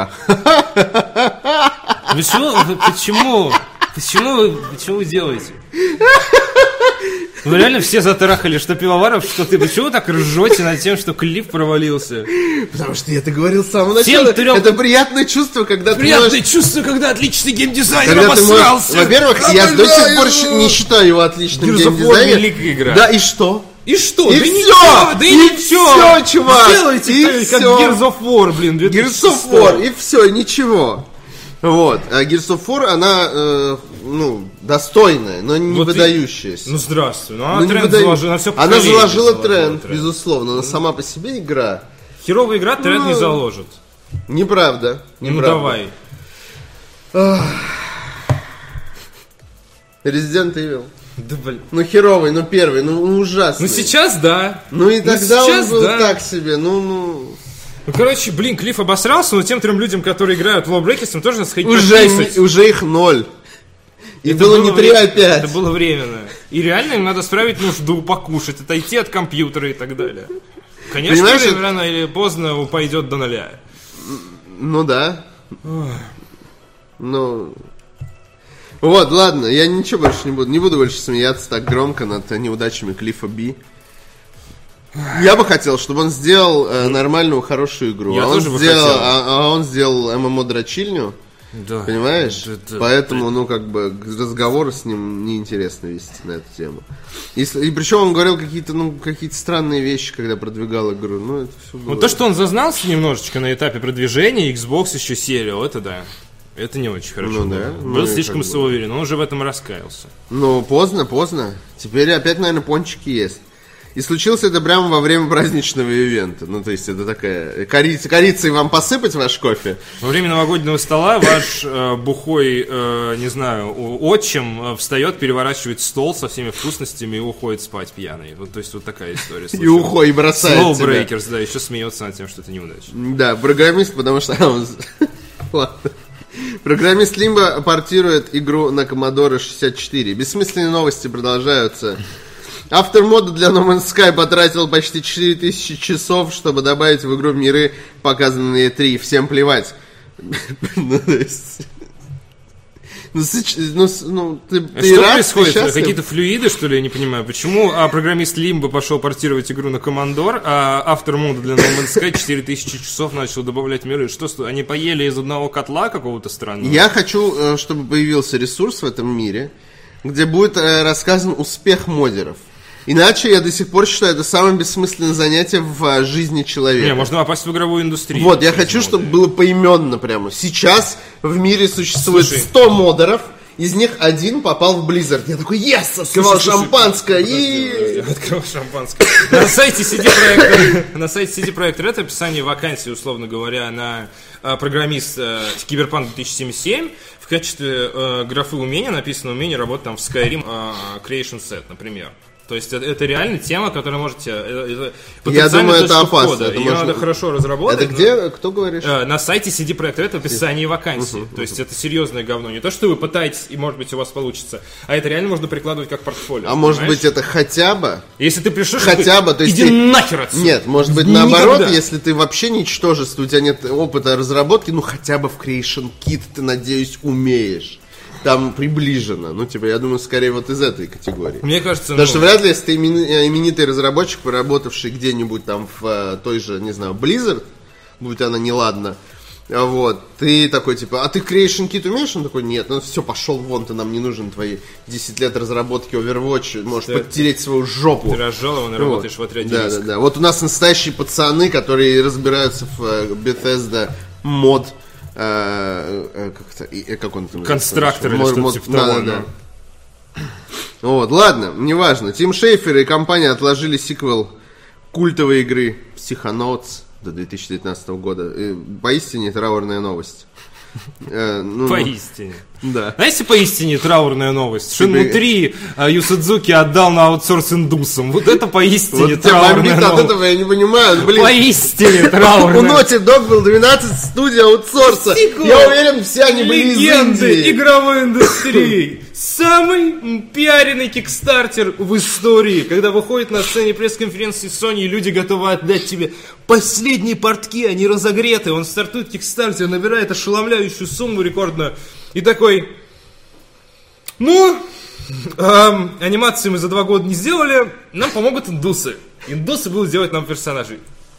Почему вы делаете? Вы реально все затарахали, что Пивоваров, что ты. Почему вы так ржете над тем, что клип провалился? Потому что я это говорил с самого начала. Это приятное чувство, когда когда отличный геймдизайнер когда обосрался. Во-первых, я до сих пор не считаю его отличным геймдизайнером. Великая игра. Да, и что? И что? И да все! Ничего, да и ничего! Все, чувак! Сделайте и как все. Gears of War, блин, 2006. Gears of War, и все, и ничего. Вот. А Gears of War, она, достойная, но не Вот выдающаяся. Ну, здравствуй. Ну, она тренд заложила, она все Она заложила тренд, безусловно, но сама по себе игра. Херовая игра тренд не заложит. Неправда. Ну, давай. Resident Evil. Да, блин. Ну, херовый, ну, первый, ну, ужасный. Ну, сейчас да. Ну, и тогда сейчас, он был да. так себе, Ну, короче, блин, Клифф обосрался, но тем 3 людям, которые играют в Lawbreakers, им тоже надо сходить подписывать. Уже их 0. И Это было не 3, а 5. Это было временно. И реально им надо справить нужду, покушать, отойти от компьютера и так далее. Конечно, Понимаешь, рано или поздно упадет до 0. Ну да. Ну. Вот, ладно, я ничего больше не буду больше смеяться так громко над неудачами Клиффа Би. Я бы хотел, чтобы он сделал нормальную, хорошую игру. Я тоже бы хотел. хотел. А он сделал ММО-дрочильню. Да. Понимаешь? Да. Поэтому, разговоры с ним неинтересно вести на эту тему. И причем он говорил какие-то странные вещи, когда продвигал игру. Ну, это все было... Вот то, что он зазнался немножечко на этапе продвижения, Xbox еще серию, это да. Это не очень хорошо. Ну да. Был слишком самоуверен, он уже в этом раскаялся. Ну, поздно. Теперь опять, наверное, пончики есть. И случилось это прямо во время праздничного ивента. Ну, то есть, это такая... Корицей вам посыпать ваш кофе? Во время новогоднего стола ваш бухой, не знаю, отчим встает, переворачивает стол со всеми вкусностями и уходит спать пьяный. Вот, то есть, вот такая история случилась. И уходит, и бросает тебя. Lawbreakers, да, еще смеется над тем, что это неудача. Да, программист, потому что... Ладно. Программист Limbo портирует игру на Commodore 64. Бессмысленные новости продолжаются. Автор мода для No Man's Sky потратил почти 4000 часов, чтобы добавить в игру миры, показанные 3. Всем плевать. Ты Что рад, происходит? ты Какие-то флюиды, что ли, я не понимаю. Почему программист Limbo пошел портировать игру на Commodore, а автор мода для No Man's Sky 4000 часов начал добавлять миры? Что, они поели из одного котла какого-то странного? Я хочу, чтобы появился ресурс в этом мире, где будет рассказан успех модеров. Иначе я до сих пор считаю, это самое бессмысленное занятие в жизни человека. Не, можно попасть в игровую индустрию. Вот, я хочу, чтобы было поименно прямо. Сейчас в мире существует 100 модеров, из них один попал в Blizzard. Я такой, yes, открывал шампанское и... Открывал шампанское. На сайте CD Projekt Red описание вакансии, условно говоря, на программист Cyberpunk 2077. В качестве графы умения написано умение работать там в Skyrim Creation Set, например. То есть это реально тема, которая можете... Я думаю, это опасно. Ее надо хорошо разработать. Это где? Кто говоришь? На сайте CD Projekt Red в описании вакансии. То есть это серьезное говно. Не то, что вы пытаетесь, и может быть у вас получится, а это реально можно прикладывать как портфолио. А может быть это хотя бы... Если ты пришел, хотя бы, то есть иди нахер отсюда. Нет, может быть наоборот, если ты вообще ничтожество, у тебя нет опыта разработки, хотя бы в Creation Kit ты, надеюсь, умеешь. Там приближено. Я думаю, скорее вот из этой категории. Мне кажется, потому что вряд ли, если ты именитый разработчик, поработавший где-нибудь там в той же, не знаю, Blizzard, будь она неладна, вот, ты такой, а ты Creation Kit умеешь? Он такой, нет, все, пошел вон, ты нам не нужен, твои 10 лет разработки Overwatch, можешь подтереть свою жопу. Ты разжалован и работаешь в отряде риск. Да. Вот у нас настоящие пацаны, которые разбираются в Bethesda мод, как он там? Констрактор или что-то типа того. Да. Вот, ладно, неважно. Тим Шейфер и компания отложили сиквел культовой игры Psychonauts до 2019 года. Поистине траурная новость. Поистине. Да. Знаете, поистине траурная новость. Шинму-3 Ю Судзуки отдал на аутсорс индусам. Вот это поистине Вот тебя траурная бомбит от новость. этого, я не понимаю. Блин, Поистине у траурная. Naughty Dog был 12 студий аутсорса. Я уверен, все они были из Легенды Индии. игровой индустрии. Самый пиаренный кикстартер в истории, когда выходит на сцене пресс-конференции Sony, и люди готовы отдать тебе последние портки, они разогреты. Он стартует кикстартер, набирает ошеломляющую сумму рекордную. И такой, анимацию мы за 2 года не сделали, нам помогут индусы. Индусы будут делать нам персонажей.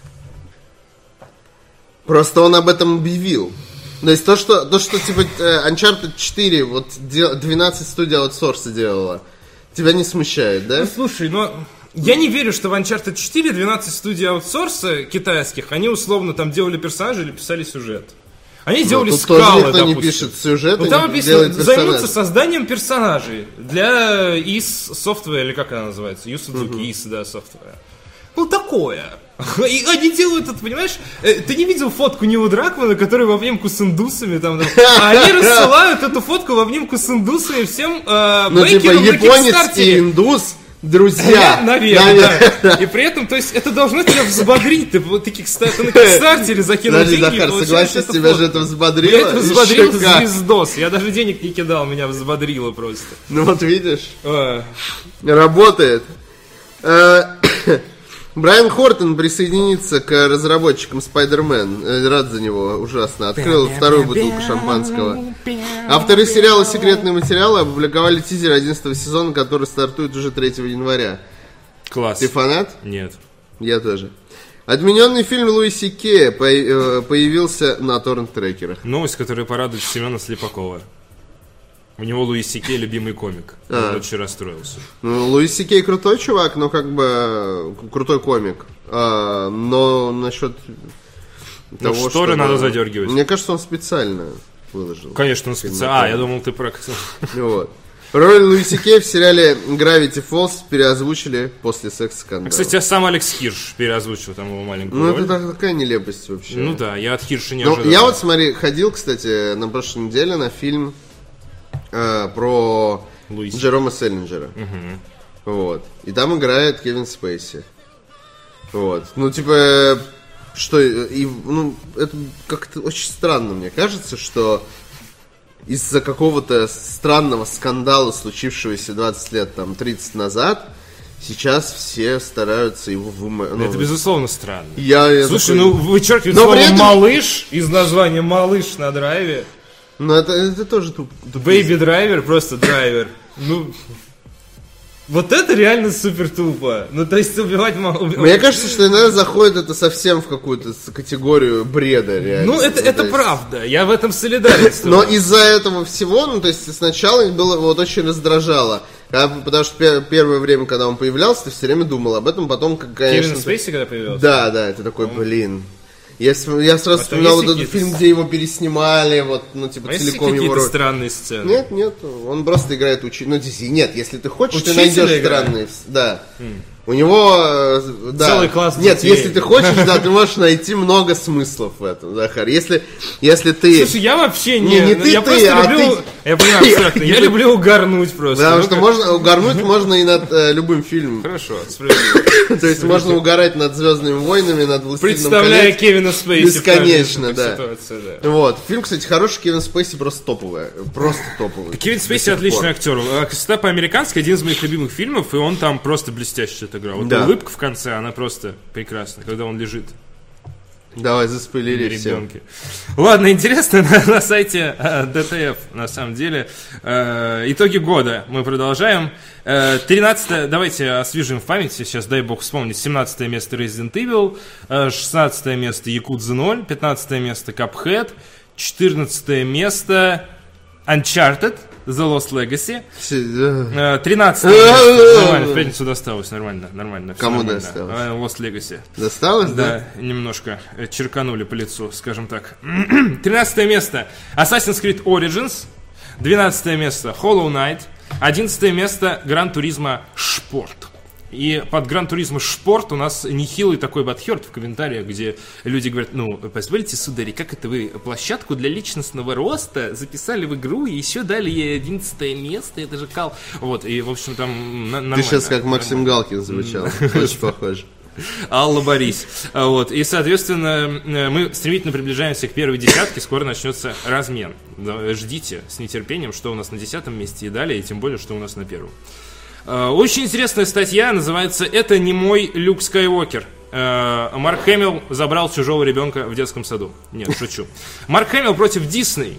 Просто он об этом объявил. То есть то, что типа Uncharted 4, вот 12 студий аутсорса делала, тебя не смущает, да? Ну, слушай, я не верю, что в Uncharted 4 12 студий аутсорса китайских, они условно там делали персонажи или писали сюжет. Они делали Тут скалы, тоже никто допустим. не пишет сюжет, Ну, там не написано, делает займутся персонажей. созданием персонажей для ИС Software, или как она называется? Ю Судзуки, ИС, да, Software. Ну, такое. И они делают это, понимаешь? Ты не видел фотку Нила Дракмана, который в обнимку с индусами там, а они рассылают эту фотку в обнимку с индусами всем Ну, типа, бейкерам на японец Кикстартере. и индус друзья. Наверное, да. И при этом, то есть, это должно тебя взбодрить. Ты на Кикстартере закинул Подожди, деньги, и Захар, получаешь согласись, эту тебя фотку. же это Меня взбодрило? это взбодрил Еще как. звездос. Я даже денег не кидал, меня взбодрило просто. Ну вот видишь, А. работает. Брайан Хортон присоединится к разработчикам Spider-Man. Рад за него, ужасно. Открыл вторую бутылку шампанского. Авторы сериала «Секретные материалы» опубликовали тизер 11 сезона, который стартует уже 3 января. Класс. Ты фанат? Нет. Я тоже. Отмененный фильм Луи Си-Кея появился на торрент-трекерах. Новость, которая порадует Семена Слепакова. У него Луи Си-Кей любимый комик. Он очень расстроился. Ну, Луи Си-Кей крутой чувак, но как бы крутой комик. Но насчет того, шторы надо задергивать. Мне кажется, он специально выложил. Конечно, он специально. Я думал, ты про... Вот. Роль Луи Си-Кей в сериале Gravity Falls переозвучили после секс-скандала. Кстати, сам Алекс Хирш переозвучил там его маленькую Ну, роль. это такая нелепость вообще. Ну да, я от Хирша не Ну, ожидал. я вот, смотри, ходил, кстати, на прошлой неделе на фильм про Луиси. Джерома Селлинджера. Вот. И там играет Кевин Спейси. Вот. Ну, типа, что... это как-то очень странно, мне кажется, что из-за какого-то странного скандала, случившегося 20 лет, там, 30 назад, сейчас все стараются его вымыть. Это, безусловно, странно. Я Слушай, такой... вычеркивают Но слово при этом- «малыш» из названия «малыш» на драйве. Ну, это тоже тупо. Бэйби драйвер, просто драйвер. Ну, вот это реально супер тупо. Ну, то есть убивать мало. Мне кажется, что иногда заходит это совсем в какую-то категорию бреда, реально. Ну, это то есть- правда. Я в этом солидарен с тобой. Но из-за этого всего, ну, то есть сначала было вот очень раздражало. Потому что первое время, когда он появлялся, ты все время думал об этом, потом, конечно... Кевин Спейси, когда появился? Да, это такой, блин... Я сразу вспоминал вот есть этот какие-то- фильм, где его переснимали, вот, ну, типа, А есть целиком его какие-то роль. странные сцены? Нет, он просто играет учителя. Ну, здесь нет, если ты хочешь, ты Учителя найдешь играет? странные. Да. У него, да. Целый класс Нет, детей. если ты хочешь, да, ты можешь найти много смыслов в этом, Захар. Если ты... Слушай, я вообще не... Не ты, я просто а люблю... ты. Я понимаю, абстрактно. Я люблю угорнуть просто. Потому Ну, что как- можно угорнуть можно и над любым фильмом. Хорошо, справедливо. То есть можно угорать над «Звездными войнами», над «Властелином Представляя колец». Кевина Спейси. Бесконечно, в каждой да. ситуации, да. Вот. Фильм, кстати, хороший, Кевин Спейси просто топовый. Просто топовый. Кевин До Спейси сих отличный пор. актер. «Красота по-американски» один из моих любимых фильмов, и он там просто блестяще отыграл. Вот Да. улыбка в конце, она просто прекрасна, когда он лежит Давай, на заспойлери все. ребенке. Ладно, интересно, на сайте ДТФ, на самом деле. Итоги года мы продолжаем. 13 давайте освежим в памяти, сейчас дай бог вспомнить. 17 место Resident Evil, 16 место Yakuza 0, 15 место Cuphead, 14 место Uncharted The Lost Legacy, 13 место. Нормально, в пятницу досталось, нормально. Всё Кому нормально. досталось? Lost Legacy. Досталось, да? Да, немножко черканули по лицу, скажем так. 13 место Assassin's Creed Origins. 12 место Hollow Knight. 11 место Gran Turismo Sport. И под Гран Туризмо Шпорт у нас нехилый такой бадхёрд в комментариях, где люди говорят, ну, позвольте, судари, как это вы площадку для личностного роста записали в игру и еще дали ей 11 место, это же кал. Вот, и, в общем, там нормально. Ты сейчас как Максим Галкин звучал, очень похоже. Алла Борис. Вот. И, соответственно, мы стремительно приближаемся к первой десятке, скоро начнется размен. Ждите с нетерпением, что у нас на 10 месте и далее, и тем более, что у нас на первом. Очень интересная статья, называется «Это не мой Люк Скайуокер». Марк Хэмилл забрал чужого ребенка в детском саду. Нет, шучу. Марк Хэмилл против Дисней.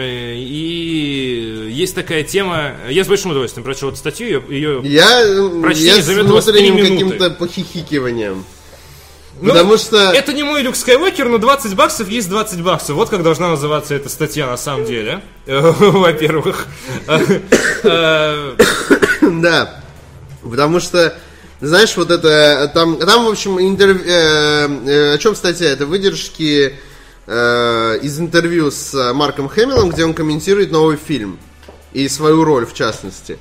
И есть такая тема. Я с большим удовольствием прочел эту статью. Я с внутренним каким-то похихикиванием. Ну, потому что... Это не мой Люк Скайуокер, но $20 есть $20. Вот как должна называться эта статья на самом деле. Во-первых. Да. Потому что, знаешь, вот это... Там в общем, о чем статья? Это выдержки из интервью с Марком Хэмиллом, где он комментирует новый фильм. И свою роль, в частности.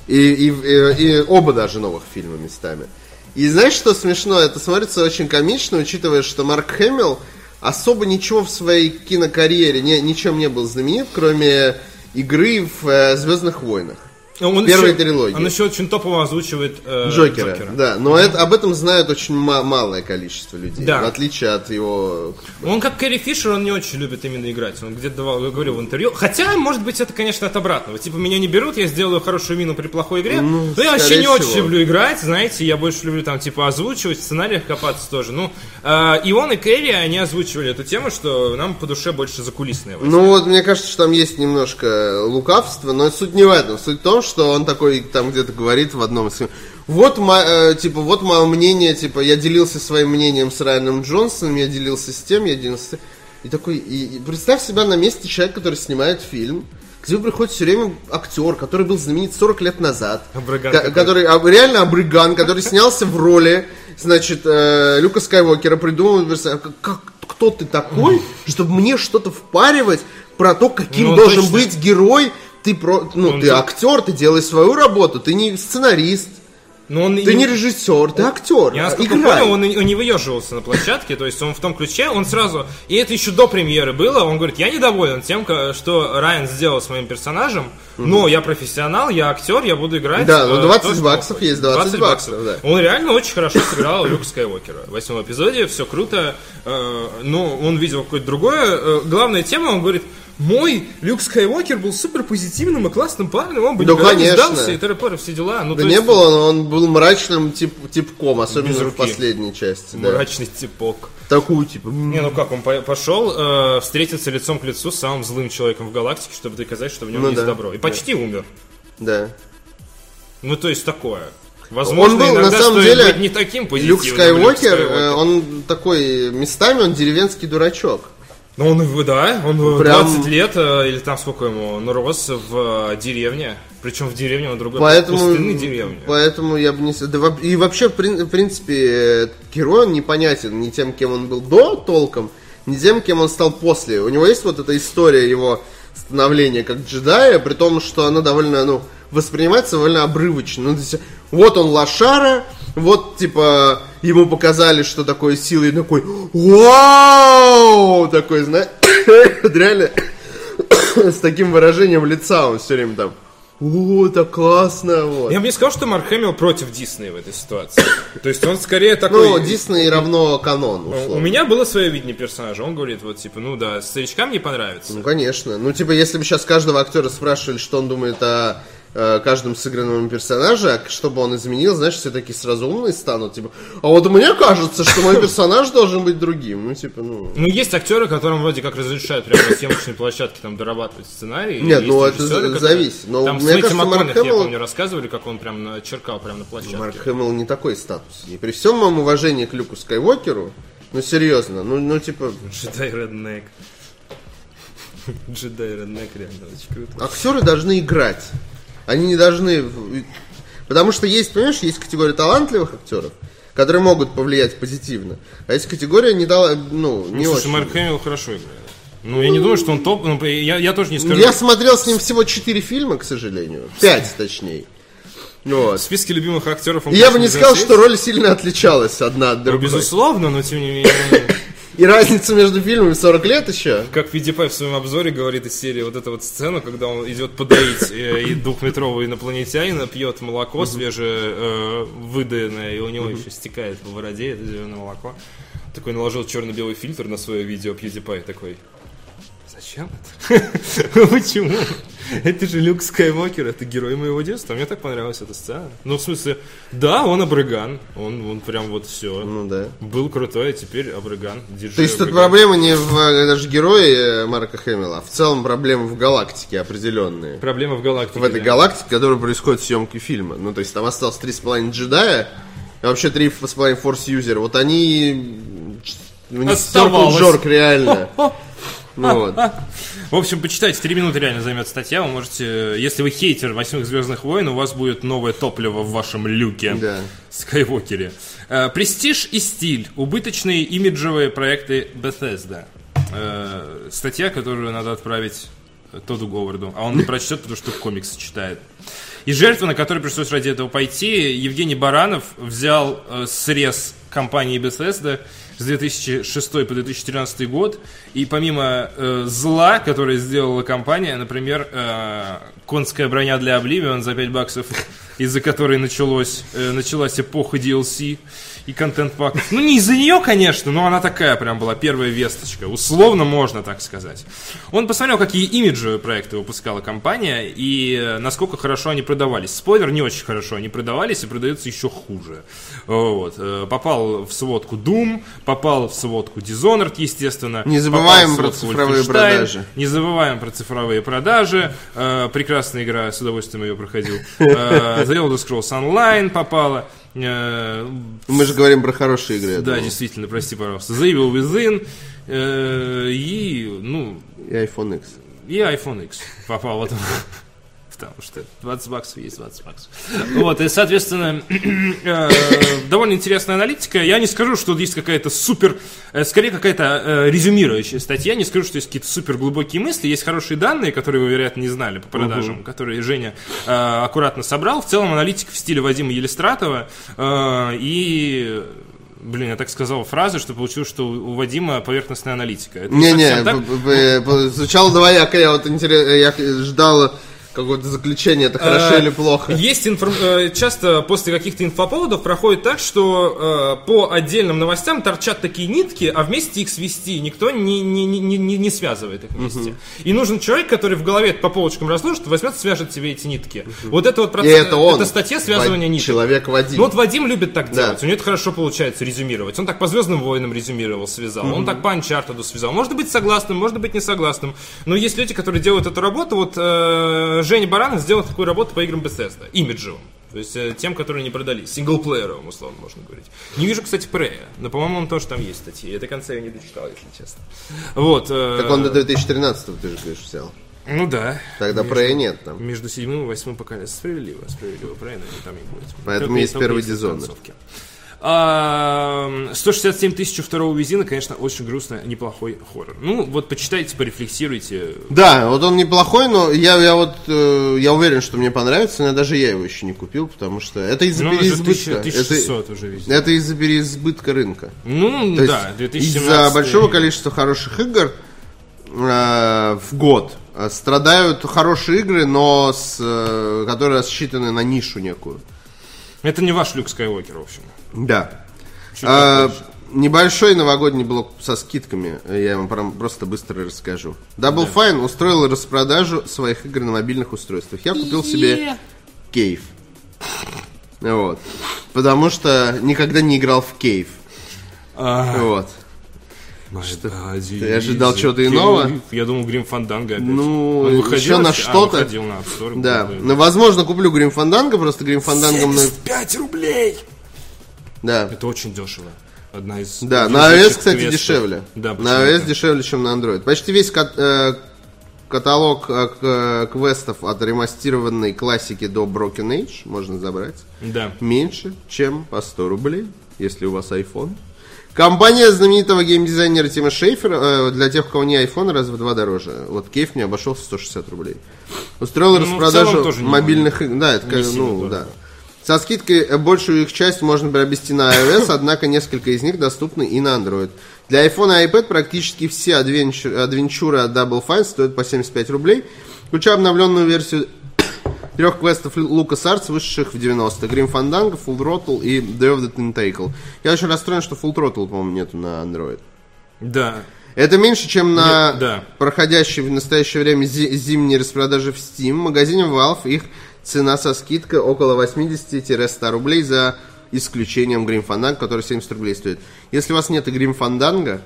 И оба даже новых фильма местами. И знаешь, что смешно? Это смотрится очень комично, учитывая, что Марк Хэмилл особо ничего в своей кинокарьере, ничем не был знаменит, кроме игры в «Звездных войнах». Первой трилогии. Он еще очень топово озвучивает Джокера. Да, но об этом знает очень малое количество людей, да. В отличие от его... Он как Кэрри Фишер, он не очень любит именно играть. Он где-то говорил в интервью. Хотя, может быть, это, конечно, от обратного. Типа, меня не берут, я сделаю хорошую мину при плохой игре. Но я вообще не очень люблю играть, знаете. Я больше люблю там, типа, озвучивать, в сценариях копаться тоже. Ну, и он, и Кэрри, они озвучивали эту тему, что нам по душе больше закулисная. Ну, вот, мне кажется, что там есть немножко лукавства, но суть не в этом. Суть в том, что он такой там где-то говорит в одном из... Вот мое мнение, типа, я делился своим мнением с Райаном Джонсоном, я делился с тем, я делился с тем. И такой, и представь себя на месте человека, который снимает фильм, где приходит все время актер, который был знаменит 40 лет назад. Который реально абриган, который снялся в роли, значит, Люка Скайуокера, придумал, кто ты такой, чтобы мне что-то впаривать про то, каким должен быть герой. Ты актер, ты делаешь свою работу, ты не сценарист, ты не режиссер, ты актер. Я насколько понял, он не выеживался на площадке, то есть он в том ключе, он сразу, и это еще до премьеры было, он говорит, я недоволен тем, что Райан сделал с моим персонажем, но я профессионал, я актер, я буду играть. Да, но $20 есть, $20 баксов, да. Он реально очень хорошо сыграл Люка Скайуокера в 8 эпизоде, все круто, но он видел какое-то другое. Главная тема, он говорит, мой Люк Скайуокер был супер позитивным и классным парнем, он бы никогда не сдался, и т.п. все дела. Да не был он был мрачным типком, особенно в последней части. Мрачный типок. Такую, типа... Не, ну как, он пошел встретиться лицом к лицу с самым злым человеком в галактике, чтобы доказать, что в нем есть добро. И почти умер. Да. Ну, то есть такое. Возможно, он был, иногда на самом стоит деле, быть не таким позитивным. Люк Скайуокер, он такой, местами он деревенский дурачок. Ну, он 20 лет, или там сколько ему, он рос в деревне. Причем в деревне, на другой пустынной деревне. Поэтому я бы не... И вообще, в принципе, герой он непонятен ни тем, кем он был до толком, ни тем, кем он стал после. У него есть вот эта история его становления как джедая, при том, что она довольно, воспринимается довольно обрывочно. Вот он лошара, вот, типа, ему показали, что такое сила, и такой, вау! Такой, знаешь, реально, с таким выражением лица он все время там, так классно, вот. Я бы не сказал, что Марк Хэмилл против Дисней в этой ситуации. То есть он скорее такой... Дисней равно канон, условно. У меня было свое видение персонажа. Он говорит, старичкам не понравится. Ну, конечно. Если бы сейчас каждого актера спрашивали, что он думает о каждом сыгранном персонаже, чтобы он изменил, знаешь, все такие сразу умные станут, типа, а вот мне кажется, что мой персонаж должен быть другим, есть актеры, которым вроде как разрешают прямо на съемочной площадке там дорабатывать сценарий. Нет, это зависит. Там с Мэтью МакКонахи, я помню, рассказывали, как он прям черкал прямо на площадке. Марк Хэмилл не такой статус. И при всем моем уважении к Люку Скайуокеру, серьезно, Джедай Реднек. Джедай Реднек реально очень круто. Актеры должны играть. Они не должны... Потому что есть, понимаешь, есть категория талантливых актеров, которые могут повлиять позитивно. А есть категория не очень. Слушай, Марк Хэмилл хорошо играет. Я не думаю, что он топ. Я тоже не скажу. Я смотрел с ним всего 4 фильма, к сожалению. 5, точнее. Вот. В списке любимых актеров он, И я бы не конечно, сказал, есть. что роль сильно отличалась одна от Ну, другой. безусловно, но тем не менее... И разница между фильмами 40 лет еще. Как PewDiePie в своем обзоре говорит из серии вот эта вот сцена, когда он идет подоить и двухметрового инопланетянина, пьет молоко свежее, выдаянное, и у него еще стекает по бороде это зеленое молоко. Такой наложил черно-белый фильтр на свое видео, PewDiePie такой: зачем это? Почему? Это же Люк Скайуокер, это герой моего детства. Мне так понравилась эта сцена. Ну, в смысле, да, он абрыган. Он прям вот все. Ну да. Был крутой, а теперь абрыган. То есть тут проблема не в даже герое Марка Хэмилла, а в целом проблемы в галактике определенные. Проблема в галактике. В этой галактике, в которой происходит съемки фильма. Ну, то есть там осталось 3,5 джедая, а вообще 3,5 форс-юзера. Вот они... У них Оставалось. Жорк реально. Ну вот. В общем, почитайте, 3 минуты реально займет статья. Вы можете, если вы хейтер 8 Звездных войн, у вас будет новое топливо в вашем Люке. Да. Скайуокере. Престиж и стиль. Убыточные имиджевые проекты Bethesda. Статья, которую надо отправить Тодду Говарду. А он не прочтет, потому что комиксы читает. И жертва, на которую пришлось ради этого пойти, Евгений Баранов взял срез компании Bethesda с 2006 по 2013 год, и помимо зла, которое сделала компания, например, конская броня для Oblivion за $5, из-за которой началась эпоха DLC и контент-паков. Ну, не из-за нее, конечно, но она такая прям была первая весточка. Условно можно так сказать. Он посмотрел, какие имиджевые проекты выпускала компания и насколько хорошо они продавались. Спойлер, не очень хорошо они продавались и продаются еще хуже. Вот. Попал в сводку Doom, попал в сводку Dishonored, естественно. Не забываем попал в про сводку цифровые Wolfenstein. продажи. Не забываем про цифровые продажи. Прекрасная игра, с удовольствием ее проходил. The Elder Scrolls Online попала. Мы же говорим про хорошие игры. Да, действительно, прости, пожалуйста. The Evil Within и iPhone X. И iPhone X попал в этом. Потому что $20 есть $20. Вот, и, соответственно, довольно интересная аналитика. Я не скажу, что есть какая-то супер, скорее какая-то резюмирующая статья. Не скажу, что есть какие-то супер глубокие мысли. Есть хорошие данные, которые вы, вероятно, не знали по продажам, которые Женя аккуратно собрал. В целом аналитика в стиле Вадима Елистратова. И... Блин, я так сказал фразы, что получилось, что у Вадима поверхностная аналитика. Это Не-не, звучало двояко. Я ждал какое-то заключение, это хорошо или плохо? Есть часто после каких-то инфоповодов проходит так, что по отдельным новостям торчат такие нитки, а вместе их свести никто не связывает их вместе. И нужен человек, который в голове это по полочкам разложит, возьмет, свяжет себе эти нитки. Вот это вот процесс, это статья связывания ниток. Человек Вадим. Ну вот Вадим любит так делать, у него это хорошо получается резюмировать. Он так по Звездным войнам резюмировал, связал, он так по Uncharted связал. Может быть согласным, может быть не согласным. Но есть люди, которые делают эту работу. Вот Женя Баранов сделал такую работу по играм Bethesda, имиджевым. То есть тем, которые не продались, синглплееровым, условно можно говорить. Не вижу, кстати, Прея, но, по-моему, он тоже там есть статьи. Я до конца ее не дочитал, если честно. Вот. Так он до 2013-го, ты же говоришь, взял. Ну да. Тогда Прея нет там. Между 7 и 8 поколением. Справедливо, Прея, наверное, там и будет. Поэтому есть первый Dishonored. 167 тысяч у второго Визина, конечно, очень грустно, неплохой хоррор. Ну, вот почитайте, порефлексируйте. Да, вот он неплохой, но я уверен, что мне понравится, но даже я его еще не купил, потому что это из-за переизбытка. 1600 уже Визин. Это из-за переизбытка рынка. Ну, то да, 2017. Из-за большого количества хороших игр в год страдают хорошие игры, но которые рассчитаны на нишу некую. Это не ваш Люк Скайуокер, в общем. Да. Небольшой новогодний блок со скидками, я вам просто быстро расскажу. Double Fine устроил распродажу своих игр на мобильных устройствах. Я купил себе Cave. Вот. Потому что никогда не играл в Cave. Вот. Ты ожидал чего-то иного? Я думал, Грим Фанданго опять. Ну, еще на что-то. Выходил на App Store. Да. Ну, возможно, куплю Грим Фанданго, просто Грим Фанданго... 75 рублей! Да. Это очень дешево. Одна из... Да, на iOS, кстати, квестов. дешевле. Да, на iOS дешевле, чем на Android. Почти весь каталог квестов от ремастированной классики до Broken Age можно забрать. Да. Меньше, чем по 100 рублей, если у вас iPhone. Компания знаменитого геймдизайнера Тима Шейфера, для тех, у кого не iPhone, раз в 2 дороже. Вот Кейв мне обошелся 160 рублей. Устроил распродажу мобильных игр. Да, это, да. Со скидкой большую их часть можно приобрести на iOS, однако несколько из них доступны и на Android. Для iPhone и iPad практически все адвенчуры от Double Fine стоят по 75 рублей, включая обновленную версию 3 квестов LucasArts, вышедших в 90. Grim Fandango, Full Throttle и Day of the Tentacle. Я очень расстроен, что Full Throttle, по-моему, нету на Android. Да. Это меньше, чем на да. проходящей в настоящее время зимней распродаже в Steam. В магазине Valve их цена со скидкой около 80-100 рублей за исключением Grim Fandango, который 70 рублей стоит. Если у вас нет Grim Fandango,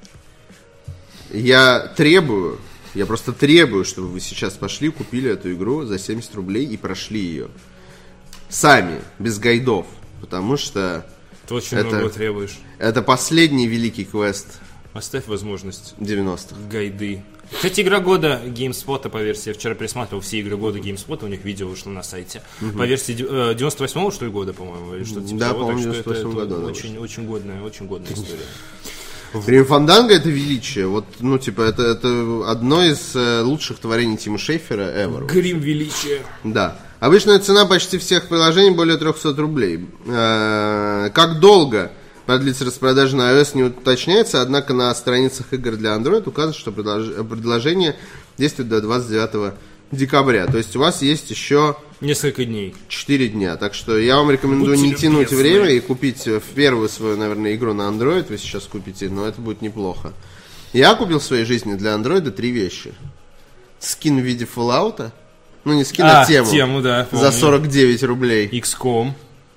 я просто требую, чтобы вы сейчас пошли, купили эту игру за 70 рублей и прошли ее. Сами, без гайдов. Потому что Ты очень много требуешь. это последний великий квест Оставь возможность 90-х. Гайды. Кстати, игра года GameSpot по версии, я вчера пересматривал все игры года GameSpot, у них видео вышло на сайте. По версии 98-го, что ли, года, по-моему, или что-то типа Да, того. по-моему, Так что 98 года. очень годная история. Grim Fandango — это величие. Вот, ну, типа, это одно из лучших творений Тима Шейфера ever. Грим величия. Да. Обычная цена почти всех приложений более 300 рублей. Как долго продлится распродажа на iOS, не уточняется, однако на страницах игр для Android указано, что предложение действует до 29 декабря. То есть у вас есть еще Несколько дней. 4 дня. Так что я вам рекомендую Будьте не тянуть любезны. время и купить в первую свою, наверное, игру на Android. Вы сейчас купите, но это будет неплохо. Я купил в своей жизни для Android 3 вещи. Скин в виде Fallout. Ну, не скин, а тему. Да, За 49 рублей. XCOM.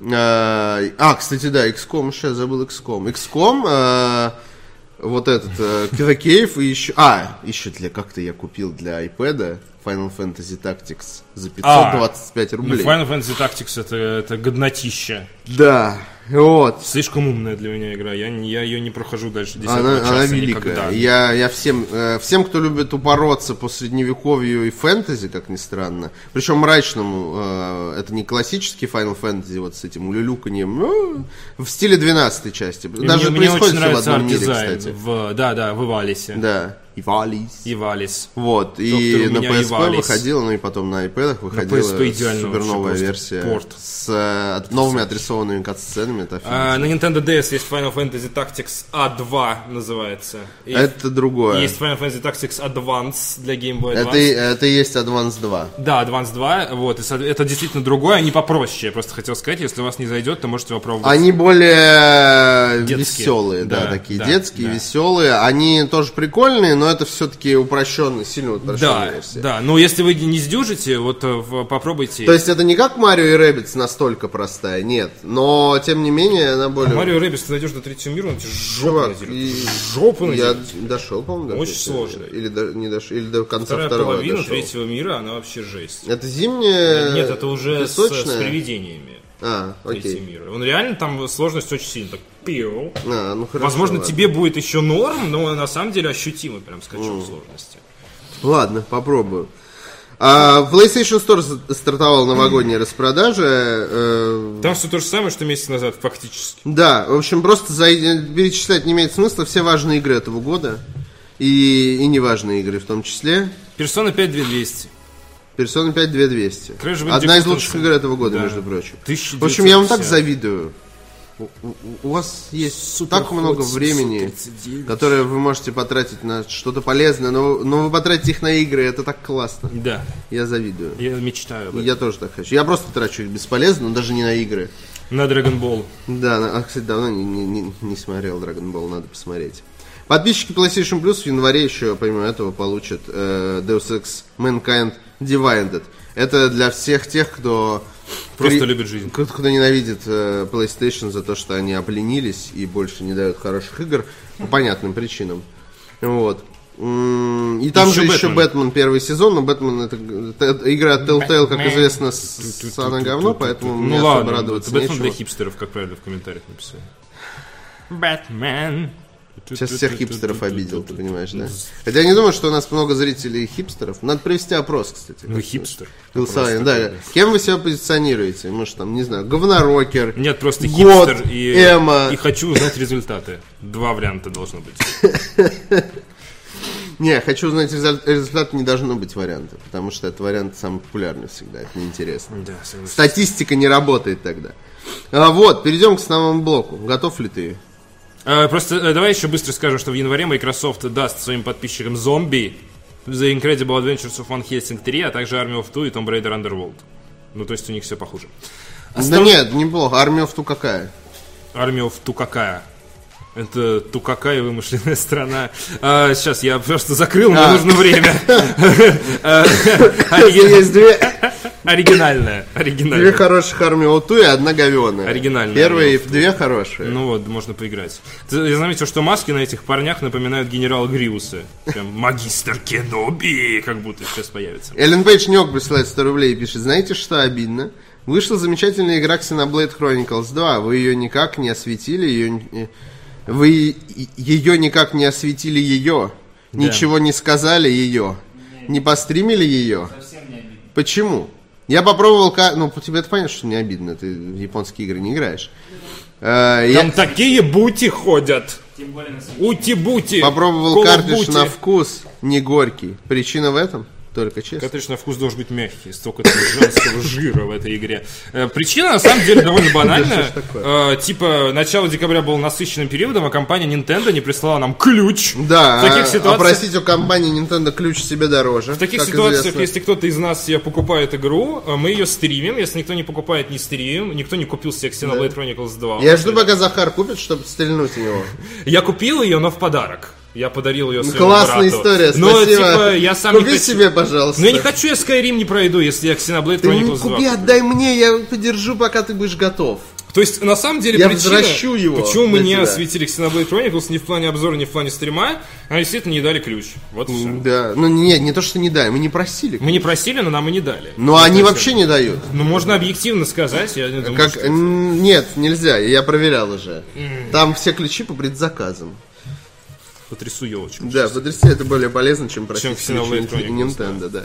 Кстати, да, XCOM, я забыл XCOM. XCOM, вот этот, The Cave и еще... еще как-то я купил для iPad Final Fantasy Tactics за 525 рублей. Final Fantasy Tactics это годнотища. Да, вот. Слишком умная для меня игра. Я ее не прохожу дальше 10 Она часа великая. никогда. Я всем, кто любит упороться по средневековью и фэнтези, как ни странно, причем мрачному, это не классический Final Fantasy вот с этим улюлюканьем, в стиле 12 части. Даже мне происходит очень все в нравится одном мире, арт-дизайн кстати. в Ивалисе. Да, Ивалис. Ивалис. Вот, и Доктор, на у меня PSP Ивалис. выходила, ну и потом на iPad выходила PSP идеально суперновая вообще, версия порт. с новыми отрисованными кат-сценами. Это На Nintendo DS есть Final Fantasy Tactics A2 называется. И это другое. есть Final Fantasy Tactics Advance для Game Boy Advance. Это и есть Advance 2. Да, Advance 2, вот, и это действительно другое, они попроще, я просто хотел сказать, если у вас не зайдет, то можете попробовать. Они более Детские. веселые, да, Да, такие да, детские, да. веселые. Они тоже прикольные, но это все-таки упрощенный, сильно упрощенная версия. Да, но если вы не сдюжите, вот попробуйте. То есть это не как Марио и Rabbids настолько простая, нет. Но, тем не менее, она более... Марио Rabbids ты дойдешь до третьего мира, он тебе Чувак, жопу я надерет. дошел, по-моему, до Очень третьего сложно. мира. Или дошел, или до конца Вторая второго половина дошел. третьего мира, она вообще жесть. Это зимняя, Нет, это уже с песочная? привидениями. Третий Окей. мир. Он реально там сложность очень сильно так пиу. Ну хорошо, Возможно, ладно. тебе будет еще норм, но на самом деле ощутимый прям скачок сложности. Ладно, попробую. PlayStation Store стартовала новогодняя распродажа. Там все то же самое, что месяц назад, фактически. Да, в общем, просто перечислять не имеет смысла. Все важные игры этого года. И неважные игры в том числе. Persona 5 2200. Persona 5 2200. Crash Bandicoot Одна из лучших игр этого года, Да. между прочим. 1950. В общем, я вам так завидую. У вас есть так много времени, которое вы можете потратить на что-то полезное, но вы потратите их на игры, это так классно. Да, Я завидую. я мечтаю об этом. Я тоже так хочу. Я просто трачу их бесполезно, но даже не на игры. На Dragon Ball. Да, кстати, давно не смотрел Dragon Ball, надо посмотреть. Подписчики PlayStation Plus в январе еще, помимо этого, получат Deus Ex Mankind Divided. Это для всех тех, кто... Просто любит жизнь. Кто ненавидит PlayStation за то, что они обленились и больше не дают хороших игр по понятным причинам. Вот. И там же еще Бэтмен первый сезон, но Бэтмен это игра от Telltale, как известно, самое говно, поэтому мне особо радоваться Бэтмен нечего. для хипстеров, как правильно в комментариях написали. Бэтмен. Сейчас всех хипстеров обидел, ты понимаешь, да? Хотя я не думаю, что у нас много зрителей хипстеров. Надо провести опрос, кстати. Ну, хипстер. Голосование, да. Кем вы себя позиционируете? Может, там, не знаю, говнорокер. Нет, просто год, хипстер и эмо. и хочу узнать результаты. Два варианта должно быть. Не, хочу узнать результат, не должно быть варианта, потому что этот вариант самый популярный всегда, это неинтересно. Да, согласен. Статистика не работает тогда. Вот, перейдем к основному блоку. Готов ли ты? Просто давай еще быстро скажем, что в январе Microsoft даст своим подписчикам зомби, The Incredible Adventures of Van Helsing 3, а также Army of Two и Tomb Raider Underworld. Ну, то есть у них все похуже. Да нет, неплохо. Army of Two какая? Army of Two какая? Это Тукакая, вымышленная страна. Сейчас я просто закрыл, мне нужно время. Есть Оригинальная. две хороших Army of Two и одна говёная. Оригинальная. Первые две хорошие. Ну вот, можно поиграть. Я заметил, что маски на этих парнях напоминают генерала Гриуса. Прям магистр Кеноби, как будто сейчас появится. Эллен Пейдж Нёк присылает 100 рублей и пишет: знаете, что обидно? Вышла замечательная игра Xenoblade Chronicles 2. Вы ее никак не осветили, Вы ее никак не осветили ее. Да. Ничего не сказали ее. Не постримили ее. Совсем не обидно. Почему? Я попробовал... Ну, тебе это понятно, что не обидно. Ты в японские игры не играешь. Там такие бути ходят. Тем более на свете. Ути-бути. Попробовал картридж Колобути. на вкус. Не горький. Причина в этом? Только честно. Картридж на вкус должен быть мягкий. Столько женского жира в этой игре. Причина, на самом деле, довольно банальная. Типа, начало декабря был насыщенным периодом, а компания Nintendo не прислала нам ключ. Да, В таких ситуациях... простите, у компании Nintendo ключ себе дороже. В таких как ситуациях, известно. если кто-то из нас себе покупает игру, мы ее стримим. Если никто не покупает, не стримим. Никто не купил себе Xenoblade Chronicles 2. Я жду, пока Захар купит, чтобы стрельнуть в него. Я купил ее, но в подарок. Я подарил ее своему Классная брату. история, Но, спасибо. типа, я сам Купи не хочу... себе, пожалуйста. Но я не хочу, я Skyrim не пройду, если я Xenoblade Ты Chronicles не 2 купи, куплю. отдай мне, я подержу, пока ты будешь готов. То есть, на самом деле, Я причина, возвращу его почему мы для не тебя. осветили Xenoblade Chronicles ни в плане обзора, ни в плане стрима, а действительно не дали ключ. Вот и все. Да, ну нет, не то, что не дай, мы не просили. Мы не просили, но нам и не дали. Но они вообще не дают. Ну, можно объективно сказать, я не думаю, Как... что... Нет, нельзя, я проверял уже. Там все ключи по предзаказам. Потрясу елочку. Да, потрясти это более полезно, чем просить Чем ключи Xenoblade Chronicles, Nintendo, да.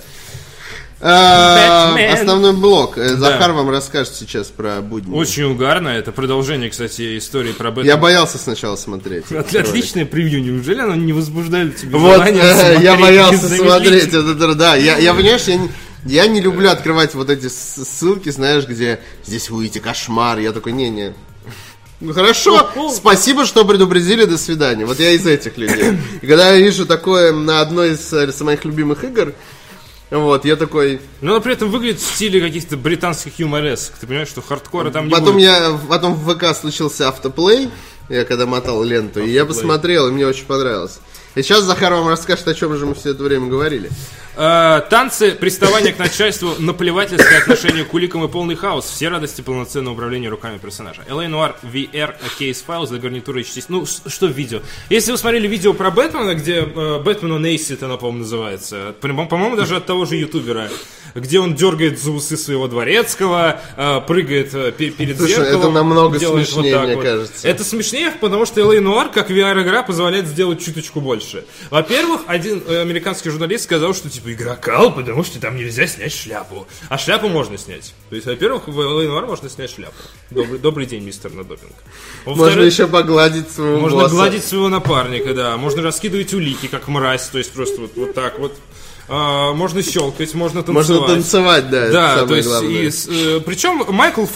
Batman. Основной блок. Захар вам расскажет сейчас про будни. Очень угарно. Это продолжение, кстати, истории про Бэтмена. Я боялся сначала смотреть. Отличное превью. Неужели оно не возбуждает тебя Вот, желание смотреть я боялся незамедлительно? смотреть. Да, я понимаешь, я не люблю открывать вот эти ссылки, знаешь, где здесь выйти кошмар. Я такой, не. Ну хорошо, спасибо, что предупредили, до свидания. Вот я из этих людей. И когда я вижу такое на одной из моих любимых игр, вот, я такой... Но оно при этом выглядит в стиле каких-то британских юморесок. Ты понимаешь, что хардкора там не Потом будет. потом в ВК случился автоплей, я когда мотал ленту, и я посмотрел, и мне очень понравилось. И сейчас Захар вам расскажет, о чем же мы все это время говорили. Танцы, приставание к начальству, наплевательское отношение к уликам и полный хаос. Все радости полноценного управления руками персонажа. LA Noire VR Case Files для гарнитуры HTC. Ну, что в видео? Если вы смотрели видео про Бэтмена, где Бэтмен on Acid, оно, по-моему, называется. По-моему, даже от того же ютубера. Где он дергает за усы своего дворецкого, прыгает перед Слушай, зеркалом. это намного делает смешнее, вот так мне вот. кажется. Это смешнее, потому что LA Noire, как VR-игра, позволяет сделать чуточку больше. Во-первых, один американский журналист сказал, что типа игра кал, потому что там нельзя снять шляпу. А шляпу можно снять. То есть, во-первых, в LA Noire можно снять шляпу. Добрый день, мистер Надопинг. Можно еще погладить своего Можно босса. гладить своего напарника, да. Можно раскидывать улики, как мразь. То есть, просто вот так вот. Можно щелкать, можно танцевать. Можно танцевать, да, Да, это то самое есть, главное. причем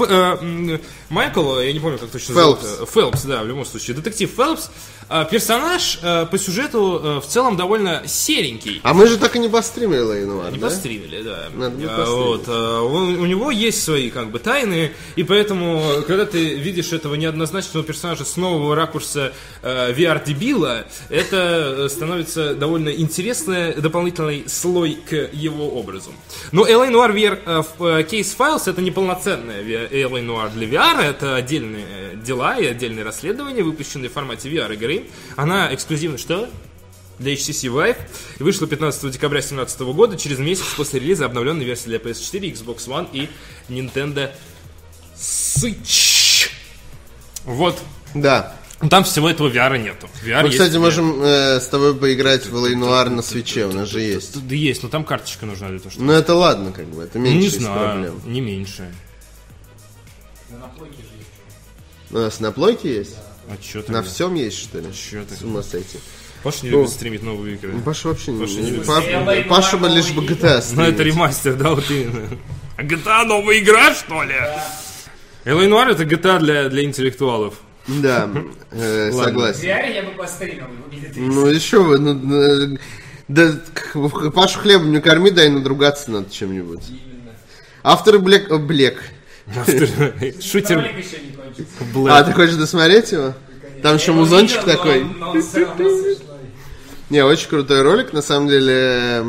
Майкл, я не помню, как точно Фелпс. зовут. Фелпс, да, в любом случае. Детектив Фелпс. Персонаж по сюжету в целом довольно серенький. А мы же так и не постримили Лейнуар, Не да? постримили, да. Надо бы постримить. Вот, у него есть свои как бы тайны, и поэтому, когда ты видишь этого неоднозначного персонажа с нового ракурса VR-дебила, это становится довольно интересный дополнительный слой к его образу. Но LA Noire VR Case Files это не полноценная LA Noire для VR, это отдельные дела и отдельные расследования, выпущенные в формате VR-игры. Она эксклюзивна, что? Для HTC Vive и вышла 15 декабря 2017 года, через месяц после релиза обновленной версии для PS4, Xbox One и Nintendo Switch. Вот. Да. Там всего этого VR нету. VR Мы, есть кстати, VR. можем с тобой поиграть в Лейнуар на свитче, у нас же есть. Да есть, но там карточка нужна для того, чтобы... Ну это ладно, как бы, это Не меньше из знаю, проблем. не меньше. На плойке же есть. У нас на плойке есть? А чё На тогда? всем есть, что ли? Чё С тогда? ума сойти. Паша не любит стримить новые игры. Паша вообще Паша не не... любит. Паша бы лишь бы GTA Ну, это стримить. ремастер, да, вот именно. А GTA новая игра, что ли? L.A. Noire это GTA для интеллектуалов. Да, В согласен. VR я бы постримил, выглядит Ну еще вы, да, Пашу хлебом не корми, дай надругаться надо чем-нибудь. именно. Авторы Блек. Шутер Ролик еще не кончился. А, ты хочешь досмотреть его? Там еще музончик такой. Но он все равно смешной. Не, очень крутой ролик, на самом деле.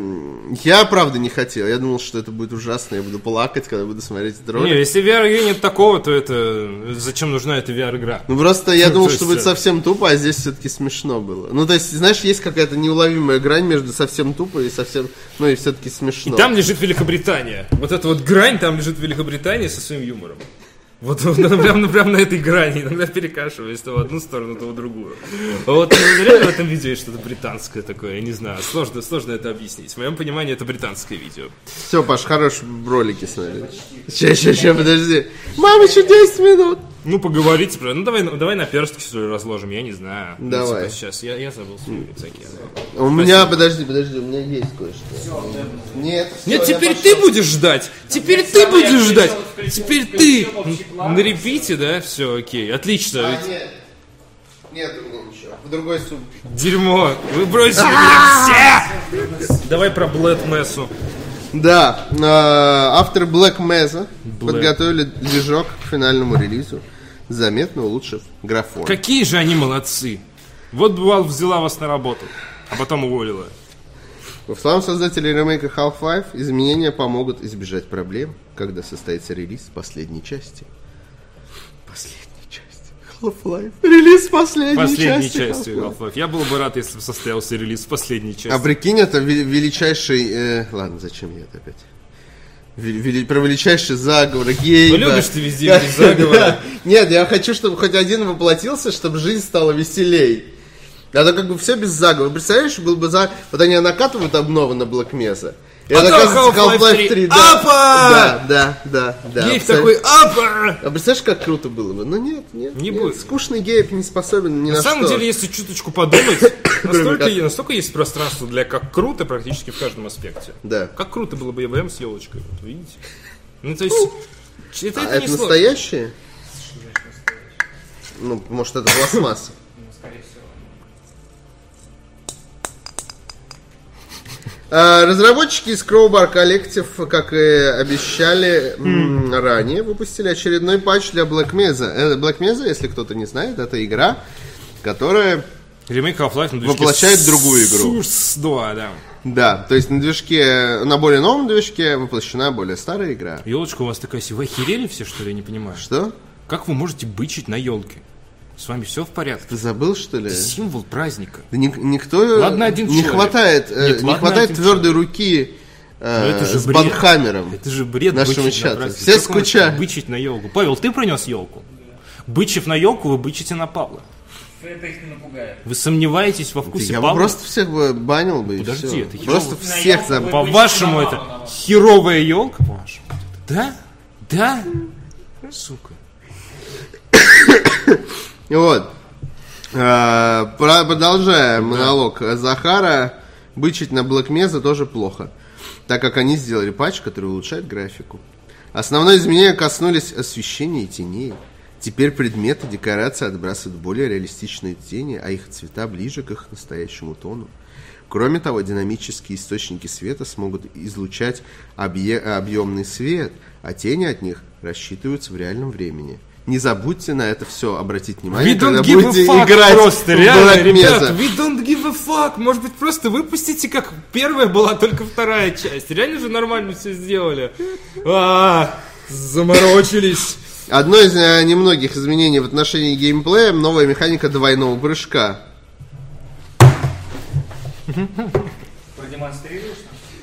Я, правда, не хотел. Я думал, что это будет ужасно, я буду плакать, когда буду смотреть этот Не, ролик. если в VR-игре нет такого, то это... Зачем нужна эта VR-игра? Ну, просто я думал, то что есть, будет совсем тупо, а здесь все-таки смешно было. Ну, то есть, знаешь, есть какая-то неуловимая грань между совсем тупо и совсем... Ну, и все-таки смешно. Там лежит Великобритания. Вот эта вот грань, там лежит Великобритания со своим юмором. Вот прям на этой грани, иногда перекашиваясь то в одну сторону, то в другую. Вот реально в этом видео есть что-то британское такое, я не знаю, сложно это объяснить. В моем понимании это британское видео. Все, Паш, хорош ролики смотри. Ща, подожди. Мам, еще 10 минут. Ну, поговорите про... Ну, давай на перстки, что ли, разложим, я не знаю. Давай. Ну, типа, сейчас, я забыл свои рюкзаки. У меня, подожди, у меня есть кое-что. Нет, Нет, всё, я теперь пошёл. ты будешь ждать! Теперь ты будешь ждать! Теперь ты! На репите, да? Все, окей, отлично. А, нет у меня ничего. В другой сумке. Дерьмо! Вы бросили меня все! Давай про Блэд Мессу. Да, авторы Black Mesa подготовили движок к финальному релизу, заметно улучшив графон. Какие же они молодцы! Вот Valve взяла вас на работу, а потом уволила. По словам создателей ремейка Half-Life, изменения помогут избежать проблем, когда состоится релиз последней части. Последней части Half-Life. Релиз Последней части Half-Life. Half-Life. Я был бы рад, если бы состоялся релиз последней части. А прикинь, это величайший... Ладно, зачем я это опять? Про величайший заговор, гейба. Ну, любишь ты везде видеть заговоры. Нет, я хочу, чтобы хоть один воплотился, чтобы жизнь стала веселей. А то как бы все без заговора. Представляешь, был бы вот они накатывают обновы на Black Mesa. И А это там оказывается Half-Life 3. да. Апа! Да. Гейб такой, апа! А представляешь, как круто было бы? Ну нет. Не будет. Скучный гейб не способен ни на На что. самом деле, если чуточку подумать, настолько есть пространство для как круто практически в каждом аспекте. Да. Как круто было бы ЕБМ с елочкой, вот видите? Ну, то есть, это Это не сложно. настоящие? Ну, может, это пластмасса. Ну, скорее всего. Разработчики из Crowbar Collective, как и обещали ранее, выпустили очередной патч для Black Mesa. Black Mesa, если кто-то не знает, это игра, которая... Ремейк Half-Life на движке Воплощает другую игру. Source 2, да. Да, то есть на более новом движке воплощена более старая игра. Елочка у вас такая себе. Вы охерели все, что ли? Я не понимаю. Что? Как вы можете бычить на елке? С вами все в порядке? Ты забыл, что ли? Символ праздника. Да никто... Ладно, один не человек. хватает, Нет, не ладно, хватает один твердой руки это же с бред. банхаммером. Это же бред Нашему бычить на чату. праздник. Все Как вы можете скучают. бычить на елку? Павел, ты принес елку? Бычив на елку, вы бычите на Павла. Это их не напугает. Вы сомневаетесь во вкусе Я бы Павла? просто всех бы банил бы и Подожди, все. это Просто На всех ёлку забыл. вы- По-вашему, Бычите это на Павла. херовая елка, по-вашему? Да? Да? Сука. Вот. Продолжая монолог Захара, бычить на Black Mesa тоже плохо, так как они сделали патч, который улучшает графику. Основное изменение коснулись освещения и теней. Теперь предметы декорации отбрасывают более реалистичные тени, а их цвета ближе к их настоящему тону. Кроме того, динамические источники света смогут излучать объемный свет, а тени от них рассчитываются в реальном времени. Не забудьте на это все обратить внимание, We когда don't give будете a fuck играть просто, в реально, Black ребят, Mesa. we don't give a fuck. Может быть, просто выпустите, как первая была, только вторая часть. Реально же нормально все сделали. Заморочились. Одно из немногих изменений в отношении геймплея — новая механика двойного прыжка. Продемонстрируешь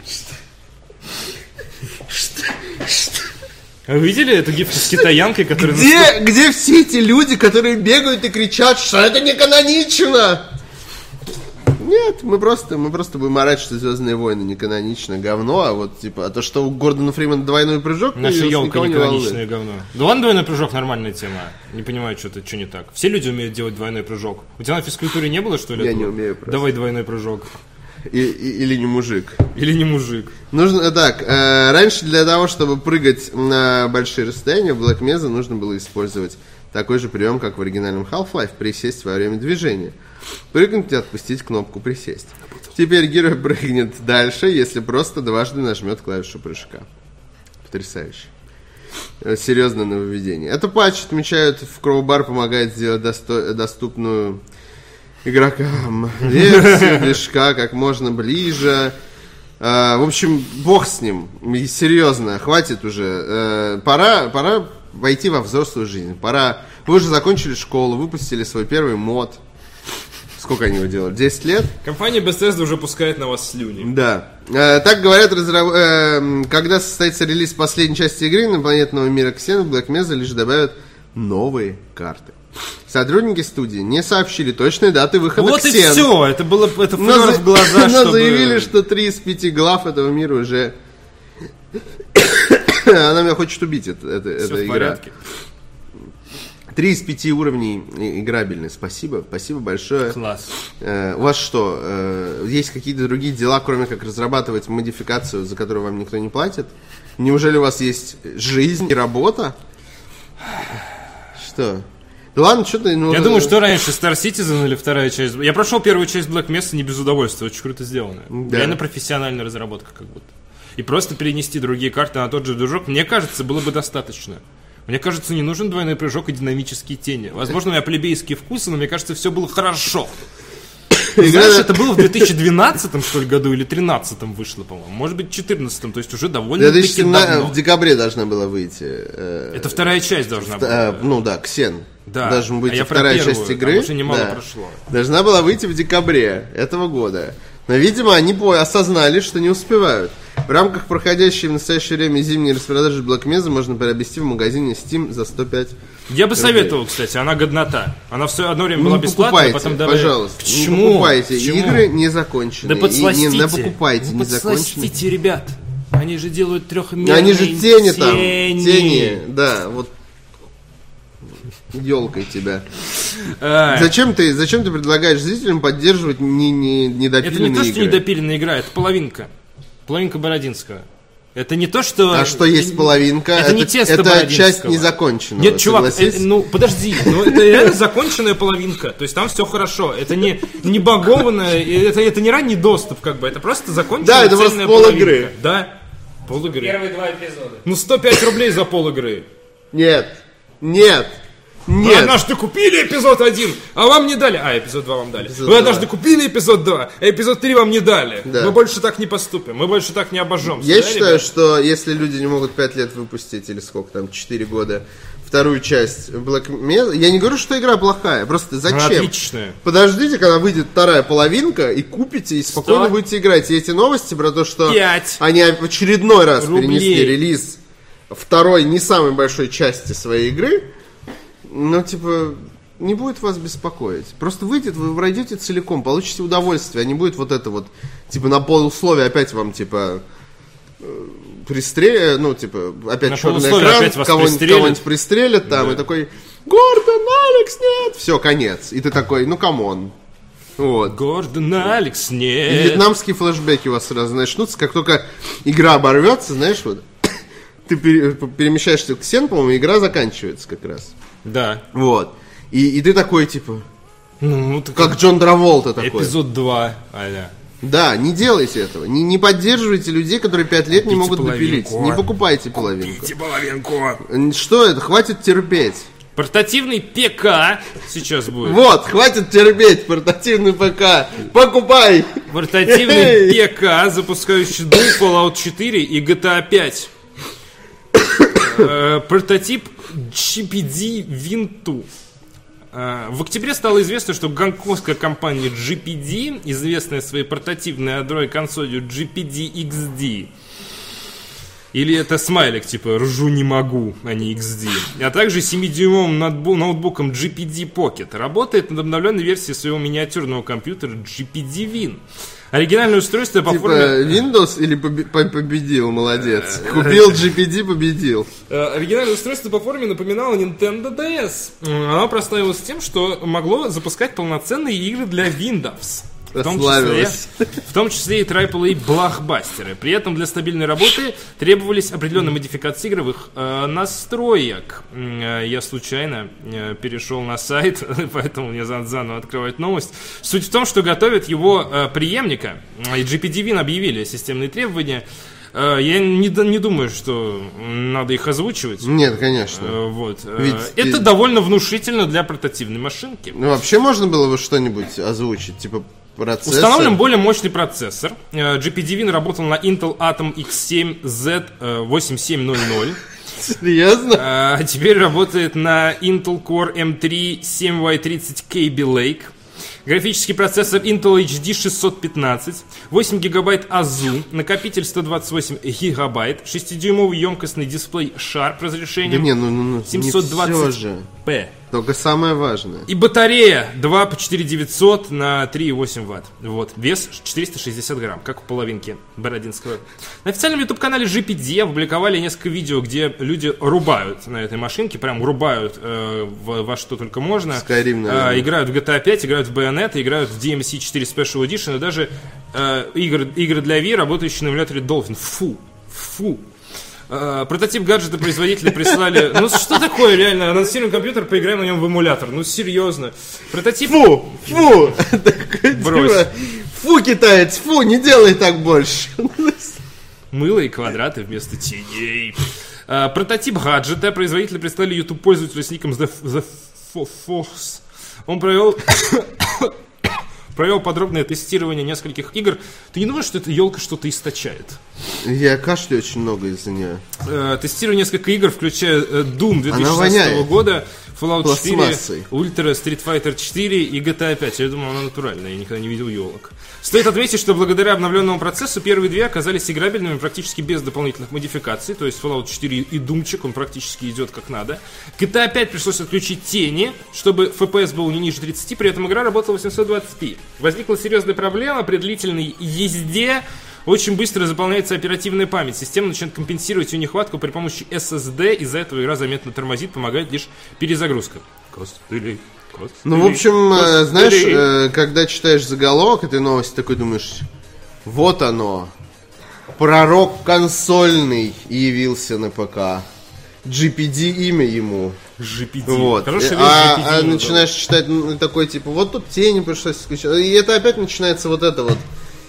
нам? А вы видели эту гифку с китаянкой, которая... Где все эти люди, которые бегают и кричат, что это не канонично? Нет, мы просто будем орать, что «Звездные войны» не канонично, говно, а вот типа, а то, что у Гордона Фримена двойной прыжок, Наша елка никого не не волнует. каноничное говно. Да ладно, двойной прыжок нормальная тема. Не понимаю, что не так. Все люди умеют делать двойной прыжок. У тебя на физкультуре не было, что ли? Я этого? не умею просто. Давай двойной прыжок. Или не мужик. Или не мужик. Нужно так. Раньше для того, чтобы прыгать на большие расстояния, в Black Mesa нужно было использовать такой же прием, как в оригинальном Half-Life, присесть во время движения. Прыгнуть и отпустить кнопку «Присесть». Теперь герой прыгнет дальше, если просто дважды нажмет клавишу прыжка. Потрясающе. Серьезное нововведение. Это патч отмечают в Crowbar, помогает сделать доступную игрокам версию движка как можно ближе. В общем, бог с ним. И серьезно, хватит уже. Пора войти во взрослую жизнь. Вы уже закончили школу, выпустили свой первый мод. Сколько они его делали? 10 лет? Компания Bethesda уже пускает на вас слюни. Да. Так говорят, когда состоится релиз последней части игры инопланетного мира Ксен, в Black Mesa лишь добавят новые карты. Сотрудники студии не сообщили точной даты выхода Вот Ксен. и все. Это флёр в глаза, но чтобы... заявили, что 3 из 5 глав этого мира уже... Она меня хочет убить, эта Всё в игра. порядке. 3 из 5 уровней играбельны. Спасибо большое. Класс. У вас что, есть какие-то другие дела, кроме как разрабатывать модификацию, за которую вам никто не платит? Неужели у вас есть жизнь и работа? Что? Да ладно, что ты... Я думаю, что раньше Star Citizen или вторая часть... Я прошел первую часть Black Mesa не без удовольствия, очень круто сделано. Да. Реально профессиональная разработка как будто. И просто перенести другие карты на тот же движок, мне кажется, было бы достаточно. Мне кажется, не нужен двойной прыжок и динамические тени. Возможно, у меня плебейские вкусы, но мне кажется, все было хорошо. Знаешь, это было в 2012, что ли, году или 2013 вышло, по-моему. Может быть, в 2014, то есть уже довольно-таки давно. В декабре должна была выйти. Это вторая часть должна была. Ну да, Ксен. Да. Должна быть я вторая про первую, часть игры. Там уже немало Да. прошло. Должна была выйти в декабре этого года. Но, видимо, они осознали, что не успевают. В рамках проходящей в настоящее время зимней распродажи Black Mesa можно приобрести в магазине Steam за 105. Я бы советовал, кстати, она годнота. Она все одно время была бесплатная, покупайте, потом давай... пожалуйста. Почему? Не покупайте. Почему? Игры не закончены. Да подсластите. Не покупайте Ну, незаконченные. подсластите, ребят. Они же делают трехмерные Они же тени там. Тени. Да, вот. Ёлкой тебя. Зачем ты предлагаешь зрителям поддерживать Это недопиленные не то, что игры? недопиленная игра, это половинка. Половинка Бородинского. Это не то, что... А что есть половинка? Это не тесто это Бородинского. часть незаконченного. Нет, чувак, согласись? подожди, это реально законченная половинка. То есть там все хорошо. Это не багованное, это не ранний доступ, как бы. Это просто законченная Да, это просто цельная пол-игры. половинка. Да, пол-игры. Первые 2 эпизода. Ну 105 рублей за пол-игры. Нет. Вы однажды купили эпизод 1, а вам не дали. Эпизод 2 вам дали. Эпизод Вы 2. однажды купили эпизод 2, а эпизод 3 вам не дали. Да. Мы больше так не поступим, мы больше так не обожжемся. Я да, считаю, ребят? что если люди не могут 5 лет выпустить, или сколько там, 4 года, вторую часть Black Mesa, я не говорю, что игра плохая, просто зачем? Она отличная. Подождите, когда выйдет вторая половинка, и купите, и спокойно 100. будете играть. И эти новости про то, что 5 они в очередной раз рублей. перенесли релиз второй, не самой большой части своей игры, ну, типа, не будет вас беспокоить. Просто выйдет, вы пройдете целиком, получите удовольствие, а не будет вот это вот, типа, на полусловие опять вам, типа, пристрелят, ну, типа, опять На черный полусловие экран, опять вас кого-нибудь пристрелят там, Да. и такой, Гордон, Алекс, нет! Все, конец. И ты такой, ну, камон. Вот. Гордон Алекс, И нет. вьетнамские флешбеки у вас сразу начнутся, как только игра оборвется, знаешь, вот, ты перемещаешься в Ксен, по-моему, игра заканчивается как раз. Да. Вот. И ты такой, типа, Ну, так как Джон Траволта такой. эпизод 2, аля. Да, не делайте этого. Не поддерживайте людей, которые 5 лет не Купите могут допилить. половинку. Не покупайте половинку. Купите половинку. Что это? Хватит терпеть. Портативный ПК сейчас будет. Вот, хватит терпеть, портативный ПК. Покупай! Портативный ПК, запускающий Doom, Fallout 4 и GTA 5. Прототип GPD Win2. В октябре стало известно, что гонконгская компания GPD, известная своей портативной Android консолью GPD XD, Или это смайлик, типа «ржу не могу», а не XD. А также 7-дюймовым ноутбуком GPD Pocket. Работает над обновленной версией своего миниатюрного компьютера GPD Win. Оригинальное устройство по форме... Windows или победил, молодец. Купил GPD, победил. Оригинальное устройство по форме напоминало Nintendo DS. Оно прославилось тем, что могло запускать полноценные игры для Windows. В том числе и AAA-блокбастеры. При этом для стабильной работы требовались определенные модификации игровых настроек. Я случайно перешел на сайт, поэтому мне заново открывать новость. Суть в том, что готовят его преемника. GPD Win объявили системные требования. Я не думаю, что надо их озвучивать. Нет, конечно. Вот. Это довольно внушительно для портативной машинки. Ну, вообще можно было бы что-нибудь озвучить, типа процессор. Установлен более мощный процессор. GPD Win работал на Intel Atom X7Z8700. Серьезно? А теперь работает на Intel Core M3 7Y30 Kaby Lake. Графический процессор Intel HD 615, 8 гигабайт АЗУ, накопитель 128 гигабайт, 6-дюймовый емкостный дисплей Sharp разрешением 720p. Только самое важное. И батарея 2 по 4900 на 3,8 ватт. Вот. Вес 460 грамм, как у половинки бородинского. На официальном YouTube-канале GPD опубликовали несколько видео, где люди рубают на этой машинке, прям рубают во что только можно. Skyrim, наверное. Играют в GTA 5, играют в Bayonetta, играют в DMC 4 Special Edition, и даже игры для Wii, работающие на эмуляторе Dolphin. Фу. Прототип гаджета производители прислали. Ну что такое, реально? Анонсируем компьютер, поиграем на нем в эмулятор. Ну серьезно. Прототип. Фу! Брось. Фу, китаец, фу, не делай так больше. Мыло и квадраты вместо теней. Прототип гаджета производители прислали YouTube пользователю с ником The Force. Он провел подробное тестирование нескольких игр. Ты не думаешь, что эта елка что-то источает? Я кашляю очень много из-за нее. Тестирую несколько игр, включая Doom 2016 года, Fallout 4, Ultra, Street Fighter 4 и GTA 5. Я думал, она натуральная, я никогда не видел елок. Стоит отметить, что благодаря обновленному процессу первые две оказались играбельными практически без дополнительных модификаций. То есть Fallout 4 и Doomчик, он практически идет как надо. GTA 5 пришлось отключить тени, чтобы FPS был не ниже 30, при этом игра работала 820p. Возникла серьезная проблема при длительной езде. Очень быстро заполняется оперативная память. Система начинает компенсировать ее нехватку при помощи SSD. Из-за этого игра заметно тормозит, помогает лишь перезагрузка. Костыли. Ну, в общем, знаешь, когда читаешь заголовок этой новости, такой думаешь, вот оно, пророк консольный явился на ПК. GPD имя ему. GPD. Вот. А начинаешь читать такой, типа, вот тут тени пришлось включать. И это опять начинается вот это вот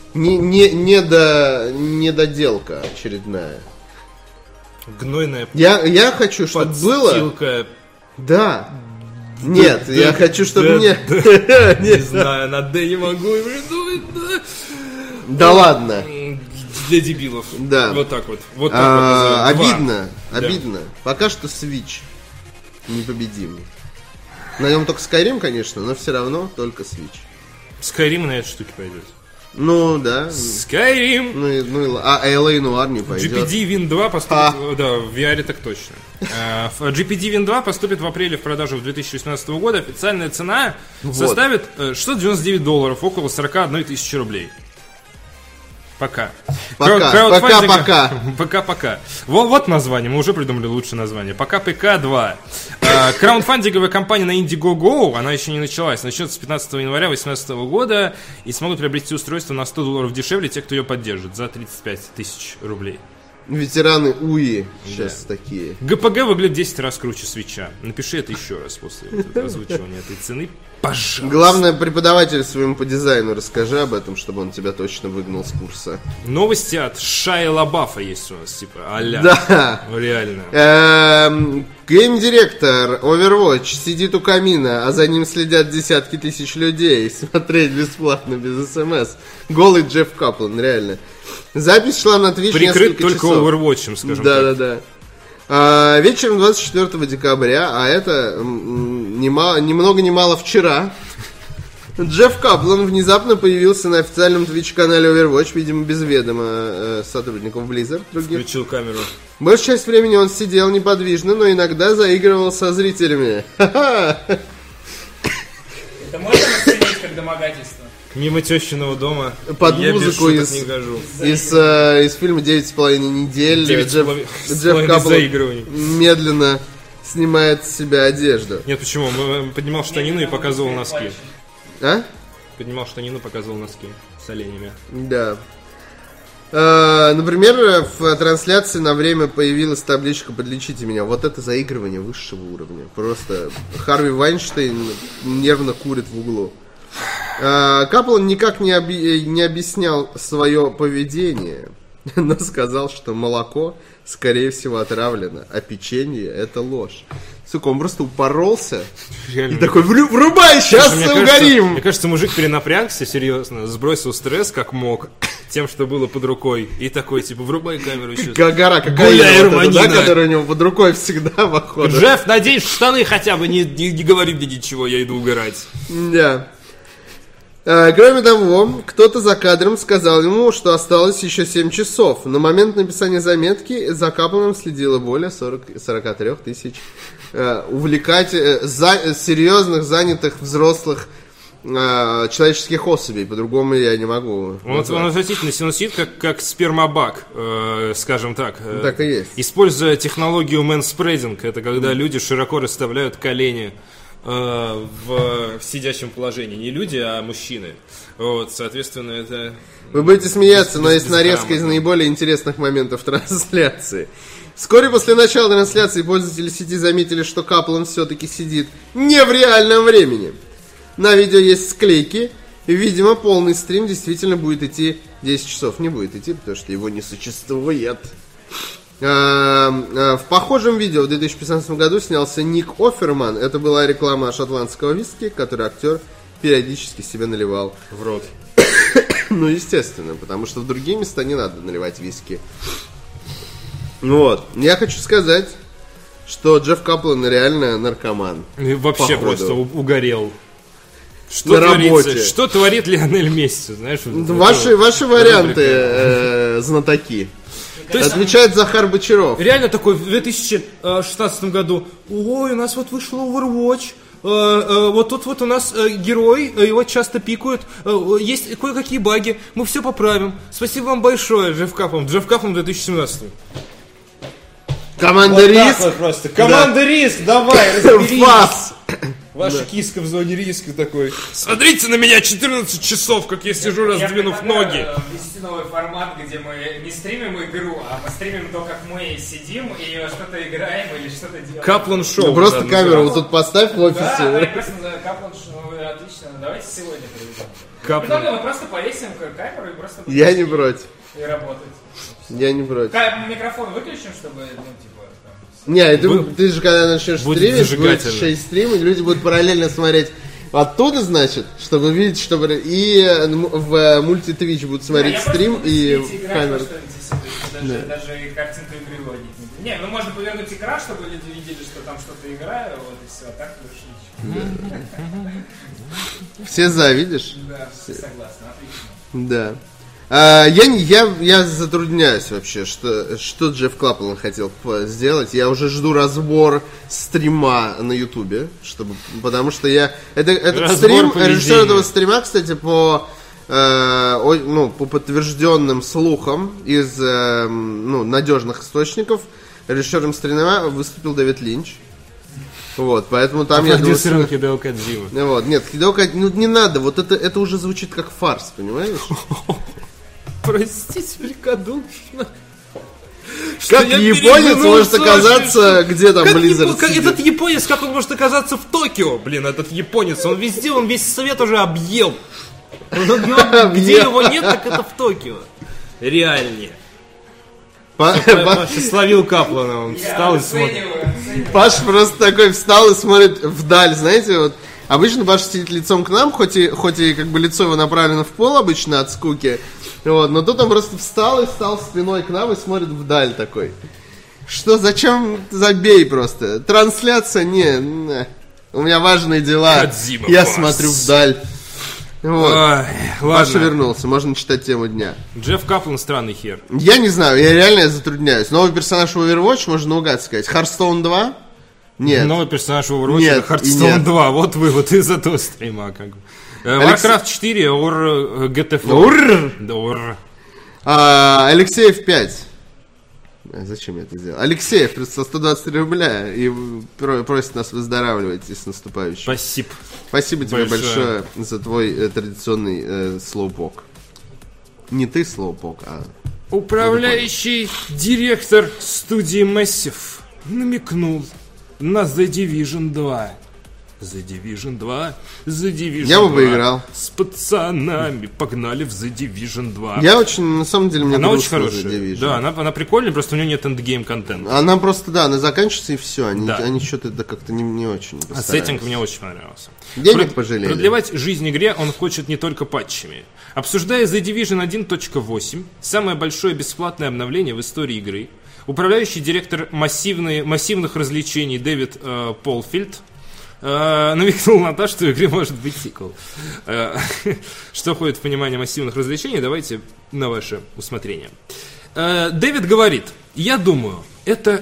недоделка очередная. Гнойная. Я хочу, чтобы было. Да. Нет, я хочу, чтобы мне. Не знаю, на Д не могу придумать. Да ладно. Для дебилов. Да. Вот так вот. Обидно. Пока что Switch непобедимый. На нем только Skyrim, конечно, но все равно только Switch. Skyrim на этой штуке пойдет. Ну, да. Skyrim! А LA Noir не пойдет. GPD Win 2 поступит... Да, в VR так точно. GPD Win 2 поступит в апреле в продажу 2018 года. Официальная цена составит $699, около 41 тысячи рублей. Пока. Пока. Вот название, мы уже придумали лучшее название. Пока ПК-2. Краундфандинговая кампания на Indiegogo, она еще не началась, начнется с 15 января 2018 года, и смогут приобрести устройство на $100 дешевле те, кто ее поддержит, за 35 тысяч рублей. Ветераны УИ сейчас такие. ГПГ выглядит 10 раз круче свитча. Напиши это еще раз после озвучивания этой цены. Пожалуйста. Главное, преподавателю своему по дизайну расскажи об этом, чтобы он тебя точно выгнал с курса. Новости от Шайя Лабафа есть у нас, типа, а-ля. Да. Реально. Гейм-директор Overwatch сидит у камина, а за ним следят десятки тысяч людей. Смотреть бесплатно, без СМС. Голый Джефф Каплан, реально. Запись шла на Twitch прикрыт только часов. Overwatch'ем, скажем так. Да. Вечером 24 декабря, а это ни много ни мало вчера, Джефф Каплан внезапно появился на официальном Twitch-канале Overwatch, видимо, без ведома сотрудников Blizzard других. Включил камеру. Большую часть времени он сидел неподвижно, но иногда заигрывал со зрителями. Ха-ха! Это можно расценить как домогательство? Мимо тещиного дома. Под я музыку без шуток не гожу. из фильма «9,5 недель» 9,5 Джефф Каплан заигрываний. медленно снимает с себя одежду. Нет, почему? Поднимал штанину и показывал носки. А? Поднимал штанину, показывал носки с оленями. Да. Например, в трансляции на время появилась табличка «Подлечите меня». Вот это заигрывание высшего уровня. Просто Харви Вайнштейн нервно курит в углу. Каплан никак не объяснял свое поведение, но сказал, что молоко, скорее всего, отравлено, а печенье — это ложь. Сука, он просто упоролся Реально. и такой: врубай, сейчас Мне угорим! мне кажется, мужик перенапрягся, серьезно, сбросил стресс как мог, тем, что было под рукой, и такой, типа, врубай камеру сейчас. Гора Гуляй, какая-то, вот эта, да, Романина. которая у него под рукой всегда в охоту. Джефф, надень штаны хотя бы, не говори мне ничего, я иду угорать. Да. Кроме того, кто-то за кадром сказал ему, что осталось еще 7 часов. На момент написания заметки за Капланом следило более 43 тысяч серьезных, занятых, взрослых человеческих особей. По-другому я не могу назвать. Он отвратительный, он сидит как спермобак, скажем так. Так и есть. Используя технологию мэнспрединг, это когда люди широко расставляют колени в сидячем положении. Не люди, а мужчины. Вот, соответственно, это... Вы будете смеяться, но есть безграмотно. нарезка из наиболее интересных моментов трансляции. Вскоре после начала трансляции пользователи сети заметили, что Каплан все-таки сидит не в реальном времени. На видео есть склейки. Видимо, полный стрим действительно будет идти 10 часов. Не будет идти, потому что его не существует. В похожем видео в 2015 году снялся Ник Офферман. Это была реклама шотландского виски, который актер периодически себе наливал В рот. Ну, естественно, потому что в другие места не надо наливать виски. Вот. Я хочу сказать, что Джефф Каплан реально наркоман. И вообще Походу. просто угорел. Что На творится? работе. Что творит Лионель Месси, знаешь? Ваши варианты, знатоки. То есть- Отвечает Захар Бочаров. Реально такой в 2016 году: ой, у нас вот вышел Overwatch, вот тут вот у нас герой, его часто пикают, есть кое-какие баги, мы все поправим. Спасибо вам большое, Джефф Каплан. Джефф Каплан 2017. Команда Риск. просто. Команда Риск, давай, разберись. Фас. Ваша киска в зоне риска такой. Смотрите на меня 14 часов, как я сижу, раздвинув ноги. Ввести новый формат, где мы не стримим игру, а мы стримим то, как мы сидим и во что-то играем или что-то делаем. Каплан шоу. Просто надо камеру называть. вот тут поставь в Да, офисе. прекрасно, Каплан шоу, отлично. Давайте сегодня приведем. Каплан. Предлагаю, мы просто повесим камеру и просто будем Я не сидеть против. и работать. Я не против. Микрофон выключим, чтобы, ну, типа, там... Не, ты же когда начнешь Будет стримить, будет зажигательно. 6 стримов, люди будут параллельно смотреть оттуда, значит, чтобы видеть, чтобы и в мульти-твич будут смотреть Я стрим просто и буду сидеть и играть камеру. во что-нибудь, если даже картинку игры вводить не буду. Не, ну можно повернуть экран, чтобы люди видели, что там что-то играю, вот и все, а так больше ничего. Все за, видишь? Да, согласен, отлично. Да. Я затрудняюсь вообще, что Джефф Каплан хотел сделать. Я уже жду разбор стрима на Ютубе, потому что этот Разбор стрим, поведения. режиссер этого стрима, кстати, по подтвержденным слухам из надежных источников, режиссером стрима выступил Дэвид Линч. Вот, поэтому там я думаю, Продюсером Хидео Кодзимы. вот, нет, не надо, вот это уже звучит как фарс, понимаешь? Простите, великодушно. Как японец может оказаться где там Blizzard Как сидит? этот японец, как он может оказаться в Токио? Блин, этот японец, он везде, он весь свет уже объел. Где его нет, так это в Токио. Реальнее. Паша словил Каплана, он встал и смотрит. Паш просто такой встал и смотрит вдаль, знаете, вот. Обычно Паша сидит лицом к нам, хоть и как бы лицо его направлено в пол обычно от скуки. Вот, но тут он просто встал и встал спиной к нам и смотрит вдаль такой. Что, зачем? Забей просто. Трансляция, не. У меня важные дела. Кодзима Я вас. смотрю вдаль. Вот. Ой, Паша ладно. вернулся, можно читать тему дня. Джефф Каплан странный хер. Я не знаю, я реально затрудняюсь. Новый персонаж в Overwatch можно наугад сказать. Hearthstone 2? Нет. Новый персонаж в Overwatch Нет, это и Hearthstone нет. 2. Вот вывод из этого стрима. Как бы. Warcraft 4 or GT4. Урр! Да, урр. Алексеев 5. Зачем я это сделал? Алексеев просто 123 рубля и просит нас выздоравливать и с наступающим. Спасибо. Спасибо тебе большое. большое за твой традиционный слоупок. Не ты слоупок, а... Управляющий директор студии Massive намекнул на The Division 2. The Division 2, The Division 2. Я бы поиграл. С пацанами погнали в The Division 2. Я очень, на самом деле, мне Она грустно очень за хорошая. Division. Да, она прикольная, просто у нее нет эндгейм контента. Она просто, да, она заканчивается и все. Они, Да. они что-то как-то не очень А постарались. сеттинг мне очень понравился. Денег пожалели. Продлевать жизнь игре он хочет не только патчами. Обсуждая The Division 1.8, самое большое бесплатное обновление в истории игры, управляющий директор массивных развлечений Дэвид Полфилд намекнул на то, что у игры может быть сиквел. Что входит в понимание массивных развлечений, давайте на ваше усмотрение. Дэвид говорит: я думаю, это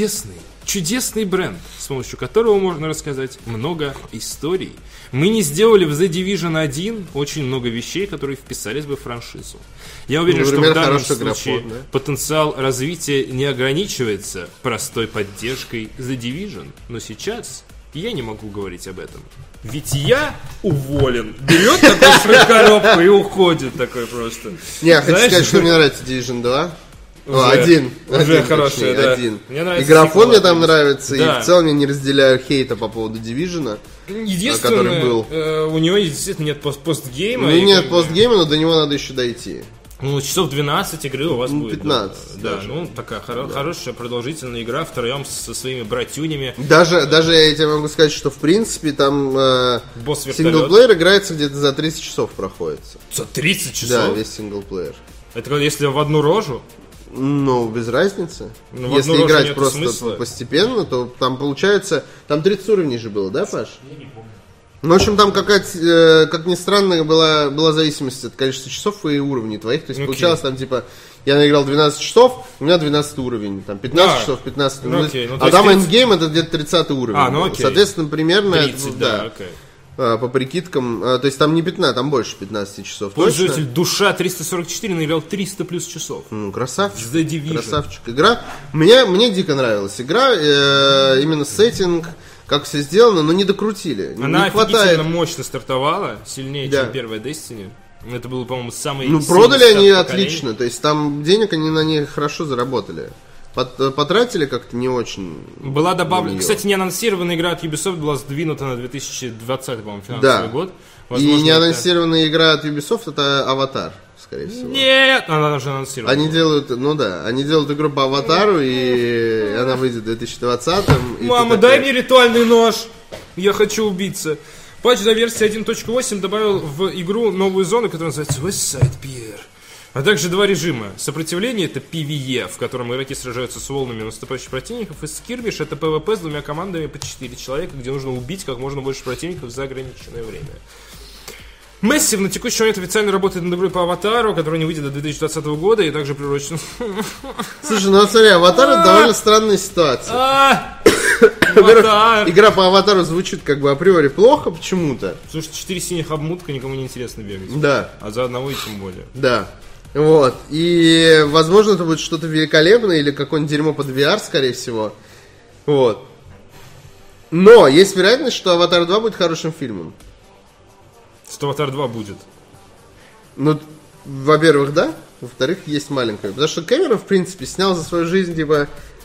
чудесный бренд, с помощью которого можно рассказать много историй. Мы не сделали в The Division 1 очень много вещей, которые вписались бы в франшизу. Я уверен, Например, что в данном хороший случае графон, да? потенциал развития не ограничивается простой поддержкой The Division. Но сейчас я не могу говорить об этом. Ведь я уволен. Берет такую шрифт-коробку и уходит такой просто. Не, я хочу Знаешь, сказать, что мне нравится Division 2. Уже- Один. уже Один, хорошая, точнее, да. один. Мне нравится И графон мне сиквел. там нравится, Да. и в целом я не разделяю хейта по поводу Division. Единственное, который был. у него действительно нет постгейма. Ну и нет как бы- постгейма, но до него надо еще дойти. Ну, часов 12 игры у вас Ну, будет. 15 Да, даже. ну, такая хорошая продолжительная игра втроем со своими братюнями. Даже я тебе могу сказать, что в принципе там Босс-вертолет. синглплеер играется где-то за 30 часов проходится. За 30 часов? Да, весь синглплеер. Это когда если в одну рожу? Ну, без разницы. Ну, в Если одну рожу играть нету просто смысла. постепенно, то там получается... Там 30 уровней же было, да, Паш? Ну, в общем, там какая-то, как ни странно, была зависимость от количества часов и уровней твоих. То есть Окей. получалось там, типа, я наиграл 12 часов, у меня 12 уровень. Там 15 Да. часов, 15. Ну, окей. Ну, то а есть там 30 эндгейм это где-то 30 уровень. А, ну, был. окей. Соответственно, примерно... 30, да, окей. по прикидкам, то есть там не 15, там больше 15 часов. Пользователь Точно? Душа 344 наиграл 300 плюс часов. Ну, красавчик. The Division. Красавчик. Игра. Мне дико нравилась игра. Именно сеттинг, как все сделано, но не докрутили. Она не хватает. офигительно мощно стартовала, сильнее, Да. чем первая Destiny. Это было, по-моему, самый Ну, сильный продали старт они поколения. отлично. То есть там денег они на них хорошо заработали. Потратили как-то не очень. Была добавлена... на неё. Кстати, неанонсированная игра от Ubisoft была сдвинута на 2020, по-моему, финансовый Да. год. И Возможно, неанонсированная игра от Ubisoft это Аватар, скорее всего. Нет, она уже анонсирована. Они делают, ну да, они делают игру по Аватару, и она выйдет в 2020-м. и Мама, ты дай такой, мне ритуальный нож. Я хочу убиться. Патч до версии 1.8 добавил в игру новую зону, которая называется West Side Pier. А также два режима. Сопротивление — это PvE, в котором игроки сражаются с волнами наступающих противников. И Skirmish — это PvP с двумя командами по 4 человека, где нужно убить как можно больше противников за ограниченное время. Massive на текущий момент официально работает над игрой по Аватару, которая не выйдет до 2020 года и также приурочена... Слушай, ну вот смотри, Аватар это довольно странная ситуация. Во-первых, Аватар! игра по Аватару звучит как бы априори плохо почему-то. Слушай, 4 синих обмутка, никому не интересно бегать. Да, А за одного и тем более. да. Вот. И, возможно, это будет что-то великолепное или какое-нибудь дерьмо под VR, скорее всего. Вот. Но есть вероятность, что Аватар 2 будет хорошим фильмом. Что Аватар 2 будет. Ну, во-первых, да. Во-вторых, есть маленькое. Потому что Кэмерон, в принципе, снял за свою жизнь, типа,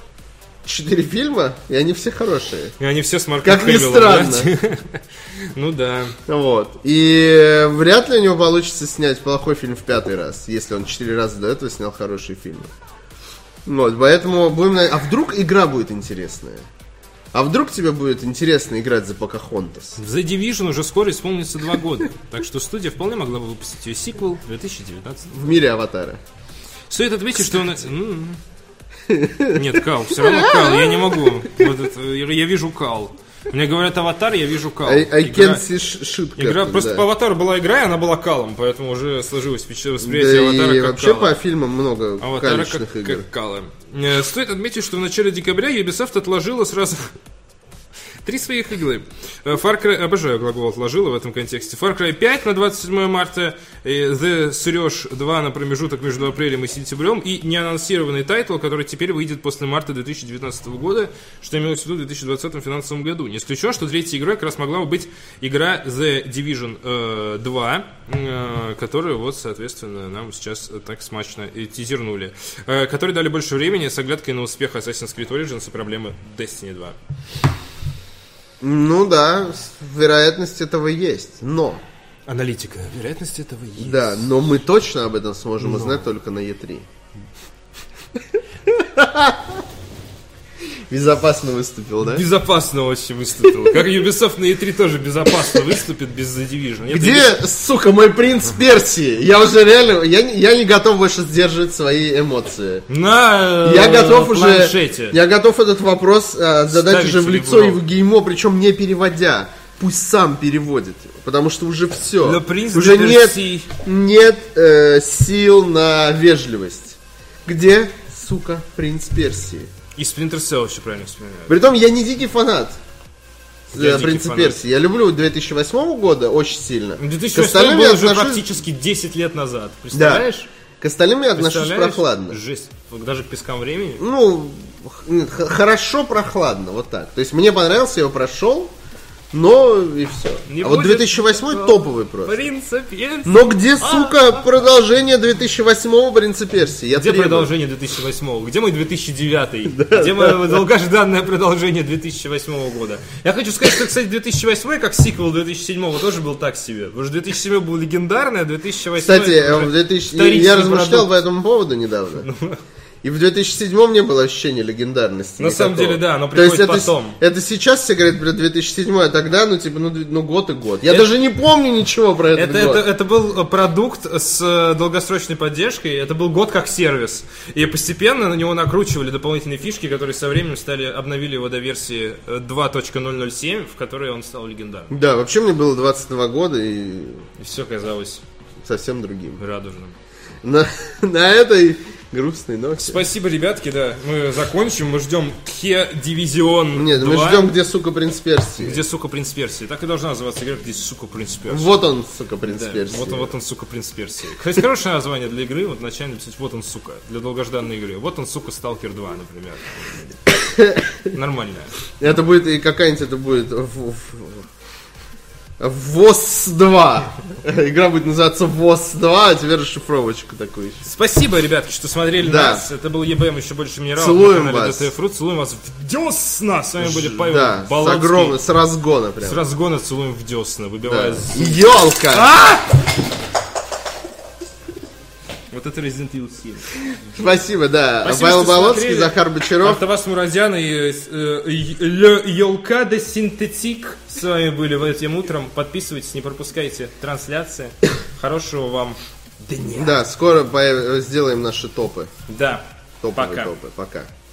4 фильма, и они все хорошие. И они все с Марком Как ни Хэмиллом, странно. да? Ну да. Вот. И вряд ли у него получится снять плохой фильм в 5-й раз, если он 4 раза до этого снял хорошие фильмы. Вот, поэтому будем... А вдруг игра будет интересная? А вдруг тебе будет интересно играть за Покахонтас? В The Division уже скоро исполнится 2 года. Так что студия вполне могла бы выпустить ее сиквел в 2019. В мире Аватара. Стоит отметить, что он... Нет, кал, все равно кал, я не могу. Вот это, я вижу кал. Мне говорят «Аватар», я вижу кал. I can see shit. Игра, просто по «Аватару» была игра, и она была калом, поэтому уже сложилось восприятие «Аватара» и как вообще кала. по фильмам много «Аватара» калечных игр. как кала. Стоит отметить, что в начале декабря Ubisoft отложила сразу 3 своих игры. Far Cry, обожаю глагол «отложила» в этом контексте. Far Cry 5 на 27 марта, The Surge 2 на промежуток между апрелем и сентябрем, и неанонсированный тайтл, который теперь выйдет после марта 2019 года, что имелось в виду в 2020 финансовом году. Не исключено, что третьей игрой как раз могла бы быть игра The Division 2, которую вот, соответственно, нам сейчас так смачно тизернули. Которые дали больше времени с оглядкой на успех Assassin's Creed Origins и проблемы Destiny 2. Ну да, вероятность этого есть, но... Аналитика. Вероятность этого есть. Да, но мы точно об этом сможем узнать только на E3. Безопасно выступил, да? Безопасно очень выступил. Как Ubisoft на E3 тоже безопасно выступит без The Division. Где, сука, мой принц Персии? Я уже реально, я не готов больше сдерживать свои эмоции. Я готов планшете. Я готов этот вопрос задать ставить уже в лицо и в геймо, причем не переводя. Пусть сам переводит, потому что уже все. Уже нет сил на вежливость. Где, сука, принц Персии? И Splinter Cell еще правильно вспоминаю. Притом я не дикий фанат «Принца фанат. Персии». Я люблю 2008 года очень сильно. 2008 был уже практически 10 лет назад. Представляешь? Да. К остальным я отношусь прохладно. Жесть. Даже к пескам времени. Ну, хорошо прохладно, вот так. То есть мне понравился, я его прошел, но и все. А вот 2008 топовый просто. Принца Персии. Но где, сука, продолжение 2008-го «Принца Персии»? Где продолжение 2008-го? Где мой 2009-й? Где мое долгожданное продолжение 2008 года? Я хочу сказать, что, кстати, 2008 как сиквел 2007-го тоже был так себе. Потому что 2007 был легендарный, а 2008... Кстати, я размышлял по этому поводу недавно. И в 2007 не было ощущения легендарности. На самом деле, да, оно приходит потом. Это сейчас все говорят про 2007, а тогда, год и год. Я даже не помню ничего про этот год. Это был продукт с долгосрочной поддержкой, это был год как сервис. И постепенно на него накручивали дополнительные фишки, которые со временем обновили его до версии 2.007, в которой он стал легендарным. Да, вообще мне было 22 года, и все казалось совсем другим. Радужным. На этой грустной ноте. Спасибо, ребятки, да. Мы закончим. Мы ждем Тхе Дивизион 2. Нет, мы ждем, где, сука, принц Персии. Где, сука, принц Персии. Так и должна называться игра, где, сука, принц Персии. Вот он, сука, принц Персии. Вот он, сука, принц Персии. Кстати, хорошее название для игры. Вот вначале написать вот он, сука, для долгожданной игры. Вот он, сука, Сталкер 2, например. Нормально. Это будет, и какая-нибудь это будет... ВОС 2. Игра будет называться ВОС 2, а теперь расшифровочку такую. Спасибо, ребятки, что смотрели нас. Это был ЕБМ, еще больше минералов. Целуем вас. Целуем вас в десна. С вами были Павел Болонский. Да, с разгона прям. С разгона целуем в десна, выбивая Ёлка! Вот это Resident Evil 7. Спасибо, да. Спасибо, Павел Болонский, Захар Бочаров. Артавас Мурадян и Ёлка де Синтетик с вами были этим утром. Подписывайтесь, не пропускайте трансляции. Хорошего вам дня. Да, скоро сделаем наши топы. Да. Топовые топы. Пока.